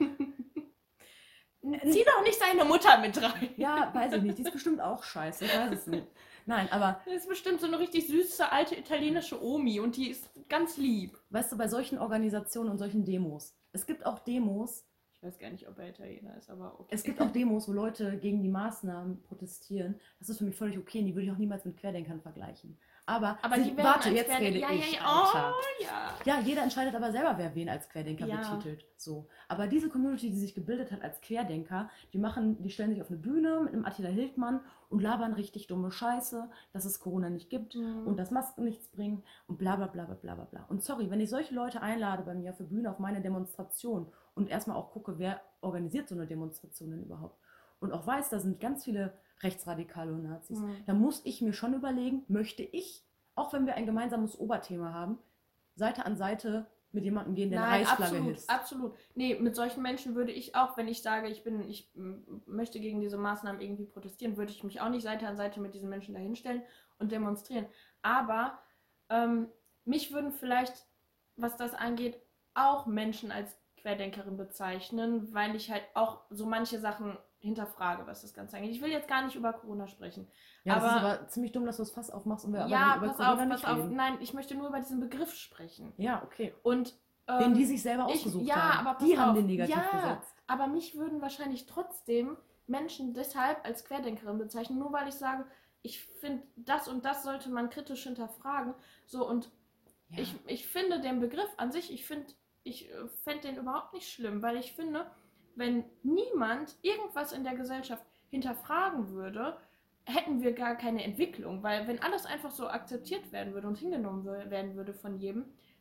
B: Zieh doch nicht seine Mutter mit rein.
A: Ja, weiß ich nicht, die ist bestimmt auch scheiße, ich weiß es nicht. Nein, aber
B: Das ist bestimmt so eine richtig süße alte italienische Omi und die ist ganz lieb.
A: weißt du, bei solchen Organisationen und solchen Demos, es gibt auch Demos,
B: Ich weiß gar nicht, ob er Italiener ist, aber okay.
A: es gibt auch Demos, wo Leute gegen die Maßnahmen protestieren. Das ist für mich völlig okay, die würde ich auch niemals mit Querdenkern vergleichen. Aber,
B: aber
A: sie,
B: die werden
A: warte,
B: als
A: jetzt
B: Querden-
A: rede
B: ja,
A: ich,
B: ja, ja.
A: Alter.
B: Oh, ja.
A: Ja, jeder entscheidet aber selber, wer wen als Querdenker
B: Ja.
A: betitelt. So. Aber diese Community, die sich gebildet hat als Querdenker, die machen, die stellen sich auf eine Bühne mit einem Attila Hildmann und labern richtig dumme Scheiße, dass es Corona nicht gibt
B: Mhm.
A: und dass Masken nichts bringen und bla bla bla bla bla bla bla. Und sorry, wenn ich solche Leute einlade bei mir auf der Bühne auf meine Demonstration und erstmal auch gucke, wer organisiert so eine Demonstration denn überhaupt und auch weiß, da sind ganz viele Rechtsradikale und Nazis,
B: Mhm.
A: dann muss ich mir schon überlegen, möchte ich, auch wenn wir ein gemeinsames Oberthema haben, Seite an Seite mit jemandem gehen, der eine
B: Nein,
A: Reichsflagge
B: absolut,
A: hisst.
B: absolut. Nee, mit solchen Menschen würde ich auch, wenn ich sage, ich bin, ich m, möchte gegen diese Maßnahmen irgendwie protestieren, würde ich mich auch nicht Seite an Seite mit diesen Menschen dahinstellen und demonstrieren. Aber ähm, mich würden vielleicht, was das angeht, auch Menschen als Querdenkerin bezeichnen, weil ich halt auch so manche Sachen hinterfrage, was das Ganze angeht. Ich will jetzt gar nicht über Corona sprechen.
A: Ja, das
B: aber-
A: ist aber ziemlich dumm, dass du es fast aufmachst und wir
B: ja,
A: aber über
B: pass
A: Corona
B: auf,
A: nicht
B: pass auf.
A: reden.
B: Nein, ich möchte nur über diesen Begriff sprechen.
A: Ja, okay.
B: Und ähm,
A: Den die sich selber
B: ich-
A: ausgesucht
B: ja,
A: haben.
B: aber pass
A: Die haben
B: auf.
A: den negativ
B: Ja,
A: gesetzt.
B: aber mich würden wahrscheinlich trotzdem Menschen deshalb als Querdenkerin bezeichnen, nur weil ich sage, ich finde, das und das sollte man kritisch hinterfragen. So, und
A: Ja.
B: ich, ich finde den Begriff an sich, ich finde, ich äh, fände den überhaupt nicht schlimm, weil ich finde, wenn niemand irgendwas in der Gesellschaft hinterfragen würde, hätten wir gar keine Entwicklung, weil wenn alles einfach so akzeptiert werden würde und hingenommen wür- werden würde von jedem,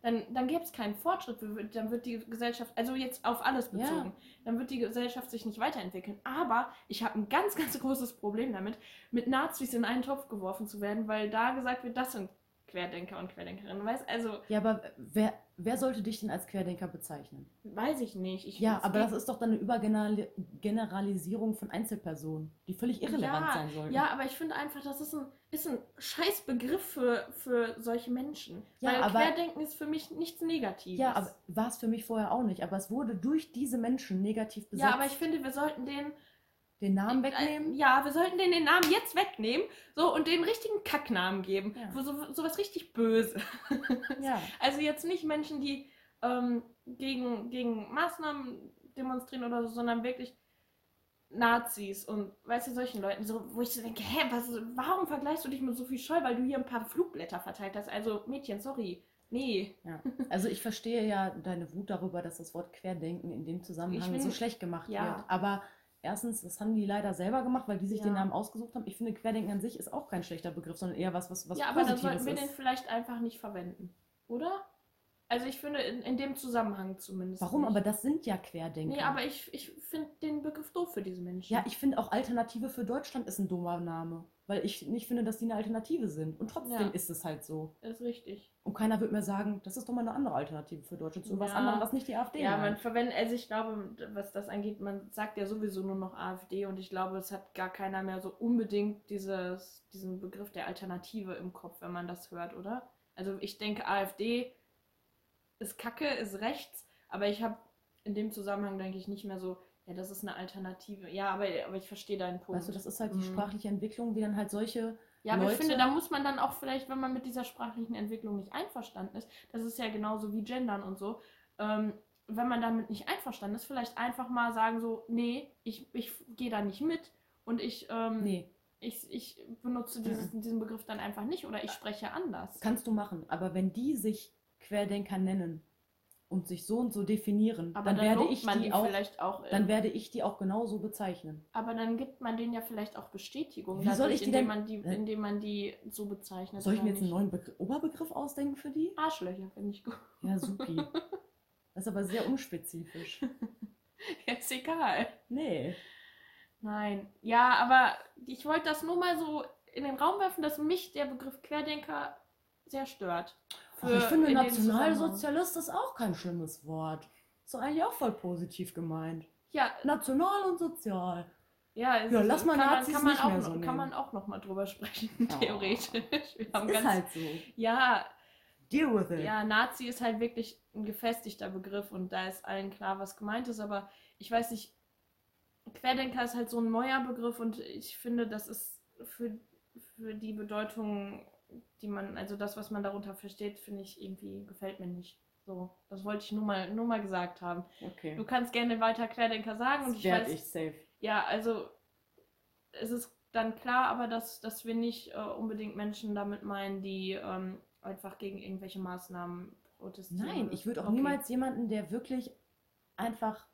B: dann, dann gäbe es keinen Fortschritt, dann wird die Gesellschaft, also jetzt auf alles bezogen, ja. dann wird die Gesellschaft sich nicht weiterentwickeln. Aber ich habe ein ganz, ganz großes Problem damit, mit Nazis in einen Topf geworfen zu werden, weil da gesagt wird, das sind Querdenker und Querdenkerinnen, weißt also.
A: Ja, aber wer, wer sollte dich denn als Querdenker bezeichnen?
B: Weiß ich nicht. Ich,
A: ja, aber das ist doch dann eine Übergeneralisierung von Einzelpersonen, die völlig irrelevant
B: ja,
A: sein sollten.
B: Ja, aber ich finde einfach, das ist ein, ist ein scheiß Begriff für, für solche Menschen.
A: Ja,
B: weil
A: aber,
B: Querdenken ist für mich nichts Negatives.
A: Ja, aber war es für mich vorher auch nicht. Aber es wurde durch diese Menschen negativ besetzt.
B: Ja, aber ich finde, wir sollten den
A: Den Namen wegnehmen?
B: Ja, wir sollten denen den Namen jetzt wegnehmen so, und den richtigen Kacknamen geben. Ja. So, so was richtig böse. Ja. Also jetzt nicht Menschen, die ähm, gegen, gegen Maßnahmen demonstrieren oder so, sondern wirklich Nazis und, weißt du, solchen Leuten, so, wo ich so denke, hä, was, warum vergleichst du dich mit Sophie Scholl, weil du hier ein paar Flugblätter verteilt hast? Also, Mädchen, sorry. Nee.
A: Ja. Also ich verstehe ja deine Wut darüber, dass das Wort Querdenken in dem Zusammenhang find, so schlecht gemacht ja. wird. Aber erstens, das haben die leider selber gemacht, weil die sich ja. den Namen ausgesucht haben. Ich finde, Querdenken an sich ist auch kein schlechter Begriff, sondern eher was, was, was
B: ja,
A: Positives ist.
B: Ja, aber dann sollten wir den vielleicht einfach nicht verwenden, oder? Also ich finde, in, in dem Zusammenhang zumindest.
A: Warum?
B: Nicht.
A: Aber das sind ja Querdenker.
B: Nee, aber ich, ich finde den Begriff doof für diese Menschen.
A: Ja, ich finde auch Alternative für Deutschland ist ein dummer Name. Weil ich nicht finde, dass die eine Alternative sind. Und trotzdem ja. ist es halt so.
B: Ist richtig.
A: Und keiner wird mir sagen, das ist doch mal eine andere Alternative für Deutschland. Zu ja. was anderem, was nicht die AfD
B: Ja, man verwendet, also ich glaube, was das angeht, man sagt ja sowieso nur noch AfD und ich glaube, es hat gar keiner mehr so unbedingt dieses, diesen Begriff der Alternative im Kopf, wenn man das hört, oder? Also ich denke, AfD ist Kacke, ist rechts, aber ich habe in dem Zusammenhang, denke ich, nicht mehr so, ja, das ist eine Alternative. Ja, aber, aber ich verstehe deinen Punkt.
A: Weißt du, das ist halt die mhm. sprachliche Entwicklung, wie dann halt solche
B: Ja, aber
A: Leute...
B: ich finde, da muss man dann auch vielleicht, wenn man mit dieser sprachlichen Entwicklung nicht einverstanden ist, das ist ja genauso wie Gendern und so, ähm, wenn man damit nicht einverstanden ist, vielleicht einfach mal sagen so, nee, ich, ich gehe da nicht mit und ich, ähm,
A: nee.
B: ich, ich benutze dieses, mhm. diesen Begriff dann einfach nicht oder ich spreche anders.
A: Kannst du machen, aber wenn die sich Querdenker nennen und sich so und so definieren,
B: aber
A: dann,
B: dann
A: werde ich die,
B: die
A: auch,
B: vielleicht auch
A: dann werde ich die auch genauso bezeichnen.
B: Aber dann gibt man denen ja vielleicht auch Bestätigung,
A: Wie soll ich die
B: indem,
A: denn,
B: man die, indem man die so bezeichnet.
A: Soll ich mir jetzt einen neuen Begr- Oberbegriff ausdenken für die?
B: Arschlöcher finde ich gut.
A: Ja, supi. Das ist aber sehr unspezifisch.
B: Ja, ist egal.
A: Nee.
B: Nein. Ja, aber ich wollte das nur mal so in den Raum werfen, dass mich der Begriff Querdenker sehr stört.
A: Ach, ich finde, Nationalsozialist ist auch kein schlimmes Wort. Ist doch eigentlich auch voll positiv gemeint.
B: Ja.
A: National und sozial.
B: Ja,
A: ja lass
B: so.
A: mal
B: kann
A: Nazis
B: man, kann man
A: nicht
B: auch
A: mehr
B: noch,
A: so
B: Kann man auch noch mal drüber sprechen,
A: oh.
B: theoretisch. Wir haben
A: ist
B: ganz,
A: halt so.
B: Ja.
A: Deal with it.
B: Ja, Nazi ist halt wirklich ein gefestigter Begriff und da ist allen klar, was gemeint ist, aber ich weiß nicht, Querdenker ist halt so ein neuer Begriff und ich finde, das ist für, für die Bedeutung, die man, also das, was man darunter versteht, finde ich irgendwie, gefällt mir nicht. So, das wollte ich nur mal, nur mal gesagt haben.
A: Okay.
B: Du kannst gerne weiter Querdenker sagen.
A: Das
B: und ich weiß,
A: ich safe.
B: Ja, also es ist dann klar, aber dass, dass wir nicht äh, unbedingt Menschen damit meinen, die ähm, einfach gegen irgendwelche Maßnahmen protestieren.
A: Nein, ich würde auch
B: okay.
A: niemals jemanden, der wirklich einfach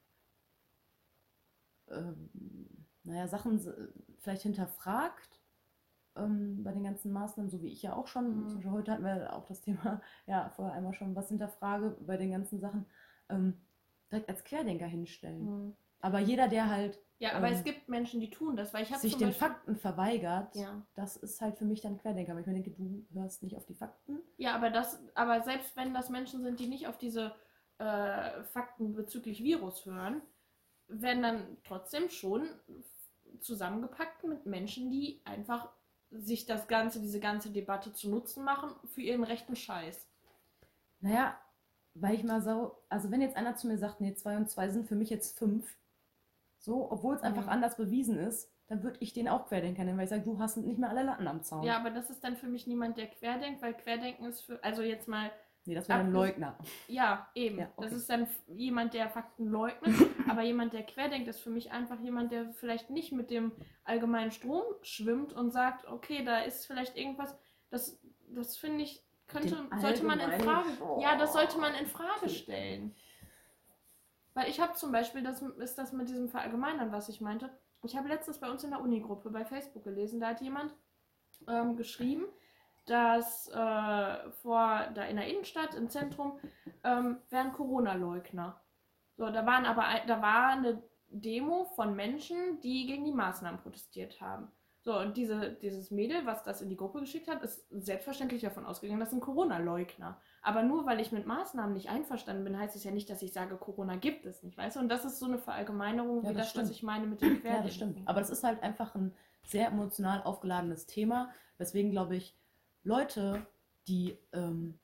A: ähm, naja, Sachen vielleicht hinterfragt ähm, bei den ganzen Maßnahmen, so wie ich ja auch schon, mhm. zum Beispiel heute hatten wir auch das Thema, ja, vorher einmal schon was hinterfrage bei den ganzen Sachen, ähm, direkt als Querdenker hinstellen. Mhm. Aber jeder, der halt
B: Ja, aber ähm, es gibt Menschen, die tun das, weil ich habe
A: sich
B: zum
A: den
B: Beispiel,
A: Fakten verweigert,
B: ja.
A: das ist halt für mich dann Querdenker, weil ich mir denke, du hörst nicht auf die Fakten.
B: Ja, aber das, aber selbst wenn das Menschen sind, die nicht auf diese äh, Fakten bezüglich Virus hören, werden dann trotzdem schon zusammengepackt mit Menschen, die einfach sich das Ganze, diese ganze Debatte zu Nutzen machen für ihren rechten Scheiß.
A: Naja, weil ich mal so, also wenn jetzt einer zu mir sagt, nee, zwei und zwei sind für mich jetzt fünf, so, obwohl es einfach mhm. anders bewiesen ist, dann würde ich den auch Querdenker nennen, weil ich sage, du hast nicht mehr alle Latten am Zaun.
B: Ja, aber das ist dann für mich niemand, der querdenkt, weil Querdenken ist für, also jetzt mal...
A: Nee, das wäre ein Leugner.
B: Ja, eben. Ja, okay. Das ist dann jemand, der Fakten leugnet, aber jemand, der querdenkt, ist für mich einfach jemand, der vielleicht nicht mit dem allgemeinen Strom schwimmt und sagt, okay, da ist vielleicht irgendwas, das, das finde ich, könnte, sollte man in Frage, oh. ja, das sollte man in Frage stellen. Weil ich habe zum Beispiel, das ist das mit diesem Verallgemeinern, was ich meinte, ich habe letztens bei uns in der Unigruppe bei Facebook gelesen, da hat jemand ähm, geschrieben, dass äh, vor, da in der Innenstadt, im Zentrum, ähm, wären Corona-Leugner. So, da waren aber ein- da war eine Demo von Menschen, die gegen die Maßnahmen protestiert haben. So, und diese, dieses Mädel, was das in die Gruppe geschickt hat, ist selbstverständlich davon ausgegangen, das sind Corona-Leugner. Aber nur weil ich mit Maßnahmen nicht einverstanden bin, heißt es ja nicht, dass ich sage, Corona gibt es nicht, weißt du? Und das ist so eine Verallgemeinerung,
A: Ja,
B: wie
A: das
B: das,
A: stimmt.
B: was ich meine mit dem Querdenken.
A: Ja, das stimmt. Aber das ist halt einfach ein sehr emotional aufgeladenes Thema, weswegen, glaube ich, Leute, die, ähm,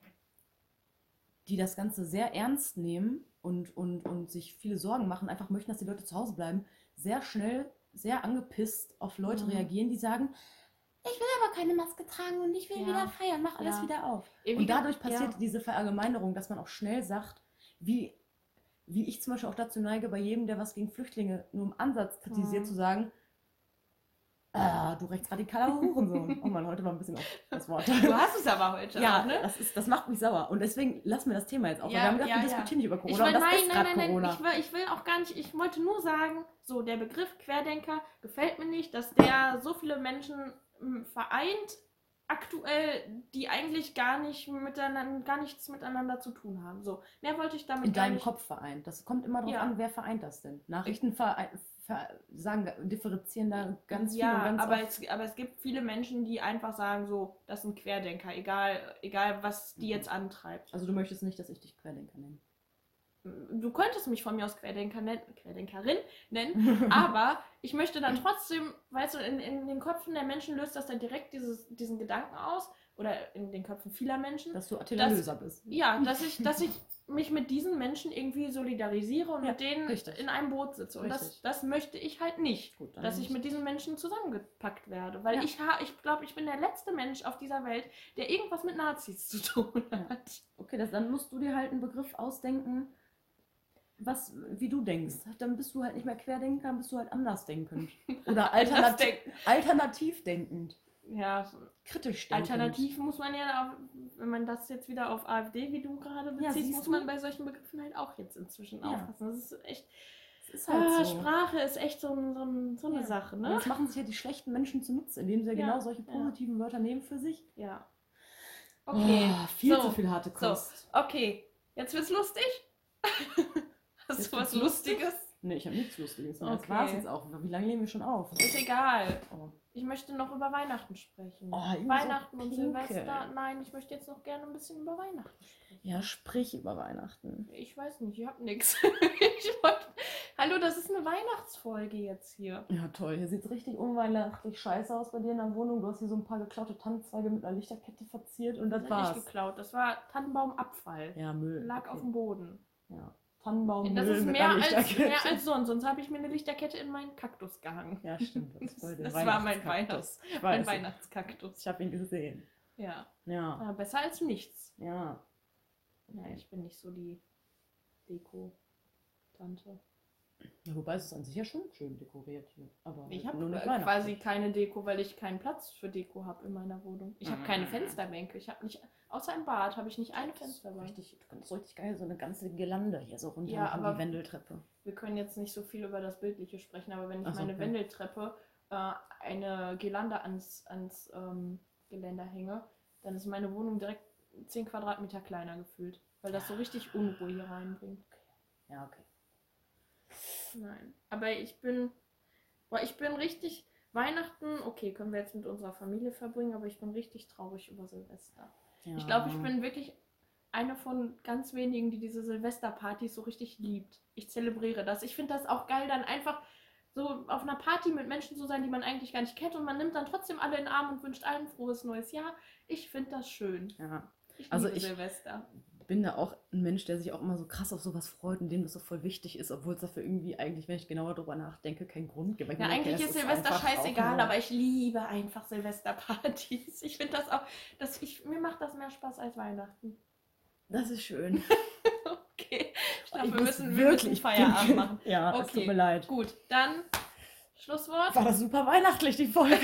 A: die das Ganze sehr ernst nehmen und, und, und sich viele Sorgen machen, einfach möchten, dass die Leute zu Hause bleiben, sehr schnell, sehr angepisst auf Leute
B: Mhm.
A: reagieren, die sagen, ich will aber keine Maske tragen und ich will
B: Ja.
A: wieder feiern, mach alles
B: Ja.
A: wieder auf.
B: Ewige-
A: Und dadurch passiert
B: ja.
A: diese Verallgemeinerung, dass man auch schnell sagt, wie, wie ich zum Beispiel auch dazu neige, bei jedem, der was gegen Flüchtlinge nur im Ansatz kritisiert,
B: Mhm.
A: zu sagen, ah, du rechtsradikaler Hurensohn. Oh Mann, heute war ein bisschen auf das Wort.
B: Du hast es aber heute
A: Ja,
B: auch, ne?
A: das, ist, das macht mich sauer. Und deswegen lassen wir das Thema jetzt auch.
B: Ja,
A: weil wir haben gedacht,
B: ja,
A: wir
B: ja.
A: diskutieren nicht über Corona.
B: Ich will,
A: und das
B: nein,
A: ist
B: nein,
A: gerade
B: nein, nein,
A: Corona.
B: ich will, ich will auch gar nicht, ich wollte nur sagen, so der Begriff Querdenker gefällt mir nicht, dass der so viele Menschen ähm, vereint, aktuell, die eigentlich gar nicht miteinander, gar nichts miteinander zu tun haben. So, mehr wollte ich damit
A: In
B: gar
A: deinem
B: nicht.
A: Kopf vereint. Das kommt immer darauf
B: Ja.
A: an, wer vereint das denn. Nachrichten verein, ver, sagen, differenzieren da ganz viel.
B: Ja,
A: und ganz
B: aber
A: oft.
B: es, aber es gibt viele Menschen, die einfach sagen so, das sind Querdenker, egal, egal was die jetzt antreibt.
A: Also du möchtest nicht, dass ich dich Querdenker nenne.
B: Du könntest mich von mir aus Querdenker nennen, Querdenkerin nennen, aber ich möchte dann trotzdem, weißt du, in, in den Köpfen der Menschen löst das dann direkt dieses, diesen Gedanken aus, oder in den Köpfen vieler Menschen,
A: Dass du Attila
B: Das-
A: Löser bist.
B: ja, dass ich, dass ich mich mit diesen Menschen irgendwie solidarisiere und
A: Ja,
B: mit denen
A: richtig.
B: in einem Boot sitze. Und das,
A: Richtig.
B: das möchte ich halt nicht.
A: Gut, dann
B: Dass ich
A: nicht.
B: mit diesen Menschen zusammengepackt werde. Weil
A: Ja.
B: ich ha, ich glaube, ich bin der letzte Mensch auf dieser Welt, der irgendwas mit Nazis zu tun
A: Ja.
B: hat.
A: Okay, das, dann musst du dir halt einen Begriff ausdenken, was, wie du denkst. Dann bist du halt nicht mehr Querdenker, dann bist du halt andersdenkend. Oder
B: Anders
A: alternativ,
B: denken.
A: alternativ denkend.
B: Ja,
A: Kritisch denkend.
B: alternativ muss man ja, auf, wenn man das jetzt wieder auf AfD, wie du gerade
A: Ja,
B: beziehst,
A: siehst
B: muss
A: du?
B: man bei solchen Begriffen halt auch jetzt inzwischen
A: Ja.
B: aufpassen. Das ist echt,
A: Das ist halt
B: ah,
A: so.
B: Sprache ist echt so, ein- so, ein- so eine
A: Ja.
B: Sache,
A: Und
B: ne?
A: das machen sich ja die schlechten Menschen zunutze, indem sie ja
B: Ja,
A: genau solche
B: ja.
A: positiven Wörter nehmen für sich.
B: Ja. Okay.
A: Oh, viel
B: so,
A: zu viel harte
B: so.
A: Kost.
B: Okay. Jetzt wird's lustig? Hast
A: Jetzt
B: du was
A: wird's lustig?
B: Lustiges?
A: Nee, ich habe nichts Lustiges. mehr. Das
B: Okay.
A: war's jetzt auch. Wie lange nehmen wir schon auf?
B: Ist egal.
A: Oh.
B: Ich möchte noch über Weihnachten sprechen.
A: Oh, irgendwie
B: Weihnachten
A: so
B: und
A: pinke.
B: Silvester. Nein, ich möchte jetzt noch gerne ein bisschen über Weihnachten sprechen.
A: Ja, sprich über Weihnachten.
B: Ich weiß nicht, ich hab nix. Ich wollt... Hallo, das ist eine Weihnachtsfolge jetzt hier.
A: Ja, toll. Hier sieht's richtig unweihnachtlich scheiße aus bei dir in der Wohnung. Du hast hier so ein paar geklaute Tannenzweige mit einer Lichterkette verziert und das
B: Das hat
A: war's.
B: nicht geklaut. Das war Tannenbaumabfall.
A: Ja, Müll.
B: Lag
A: okay.
B: auf dem Boden.
A: Ja. Tannenbaum,
B: Das
A: Müll
B: ist
A: mit
B: mehr
A: einer
B: als,
A: Lichterkette.
B: mehr als sonst. Sonst habe ich mir eine Lichterkette in meinen Kaktus gehangen.
A: Ja, stimmt. Das, ist voll der
B: Das war mein
A: Weihnachtskaktus.
B: Weihnachts-
A: Ich
B: Mein
A: weiß.
B: Weihnachtskaktus.
A: Ich habe ihn gesehen.
B: Ja.
A: Ja.
B: Aber besser als nichts.
A: Ja.
B: Ja, ich bin nicht so die Deko-Tante.
A: Ja, wobei es ist an sich ja schon schön dekoriert hier. Aber
B: Ich
A: halt
B: habe
A: nur nicht
B: quasi
A: weihnachtlich.
B: keine Deko, weil ich keinen Platz für Deko habe in meiner Wohnung. Ich habe keine Fensterbänke. Ich habe nicht, außer im Bad habe ich nicht eine
A: Das ist
B: Fensterbank.
A: richtig, du kannst so richtig geil so eine ganze Girlande hier so runter
B: Ja,
A: machen,
B: aber-
A: die Wendeltreppe.
B: Wir können jetzt nicht so viel über das Bildliche sprechen, aber wenn ich
A: Ach so,
B: meine
A: okay.
B: Wendeltreppe äh, eine Girlande ans, ans ähm, Geländer hänge, dann ist meine Wohnung direkt zehn Quadratmeter kleiner gefühlt, weil das so richtig Unruhe hier reinbringt.
A: Ja, okay.
B: Nein, aber ich bin, boah, ich bin richtig, Weihnachten, okay, können wir jetzt mit unserer Familie verbringen, aber ich bin richtig traurig über Silvester.
A: Ja.
B: Ich glaube, ich bin wirklich eine von ganz wenigen, die diese Silvesterpartys so richtig liebt. Ich zelebriere das. Ich finde das auch geil, dann einfach so auf einer Party mit Menschen zu sein, die man eigentlich gar nicht kennt und man nimmt dann trotzdem alle in den Arm und wünscht allen frohes neues Jahr. Ich finde das schön.
A: Ja.
B: Ich
A: Also
B: liebe
A: ich-
B: Silvester.
A: bin da auch ein Mensch, der sich auch immer so krass auf sowas freut und dem das so voll wichtig ist, obwohl es dafür irgendwie eigentlich, wenn ich genauer drüber nachdenke, keinen Grund gibt. Ich
B: Ja,
A: meine, okay,
B: eigentlich
A: das
B: ist Silvester
A: einfach
B: scheißegal,
A: auch nur-
B: aber ich liebe einfach Silvesterpartys. Ich finde das auch, das, ich, mir macht das mehr Spaß als Weihnachten.
A: Das ist schön.
B: Okay, ich
A: Ich
B: glaube, wir
A: muss
B: müssen, wir müssen
A: wirklich
B: Feierabend
A: pinkeln.
B: machen.
A: Ja, es
B: Okay.
A: tut mir leid.
B: Gut, dann Schlusswort.
A: War das super weihnachtlich, die Folge.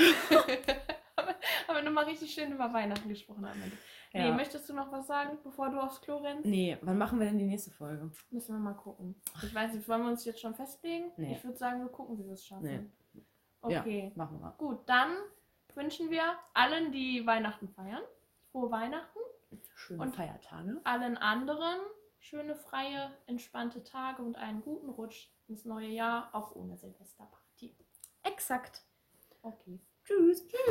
B: Haben wir nochmal richtig schön über Weihnachten gesprochen. Am Ende. Nee,
A: Ja.
B: möchtest du noch was sagen, bevor du aufs Klo rennst?
A: Nee, wann machen wir denn die nächste Folge?
B: Müssen wir mal gucken. Ich weiß nicht, wollen wir uns jetzt schon festlegen?
A: Nee.
B: Ich würde sagen, wir gucken, wie wir es schaffen.
A: Nee.
B: Okay.
A: Ja, machen wir.
B: Gut, dann wünschen wir allen, die Weihnachten feiern, frohe Weihnachten.
A: Schöne
B: Und
A: Feiertage.
B: Allen anderen schöne, freie, entspannte Tage und einen guten Rutsch ins neue Jahr, auch ohne Silvesterparty.
A: Exakt.
B: Okay.
A: Tschüss. Tschüss.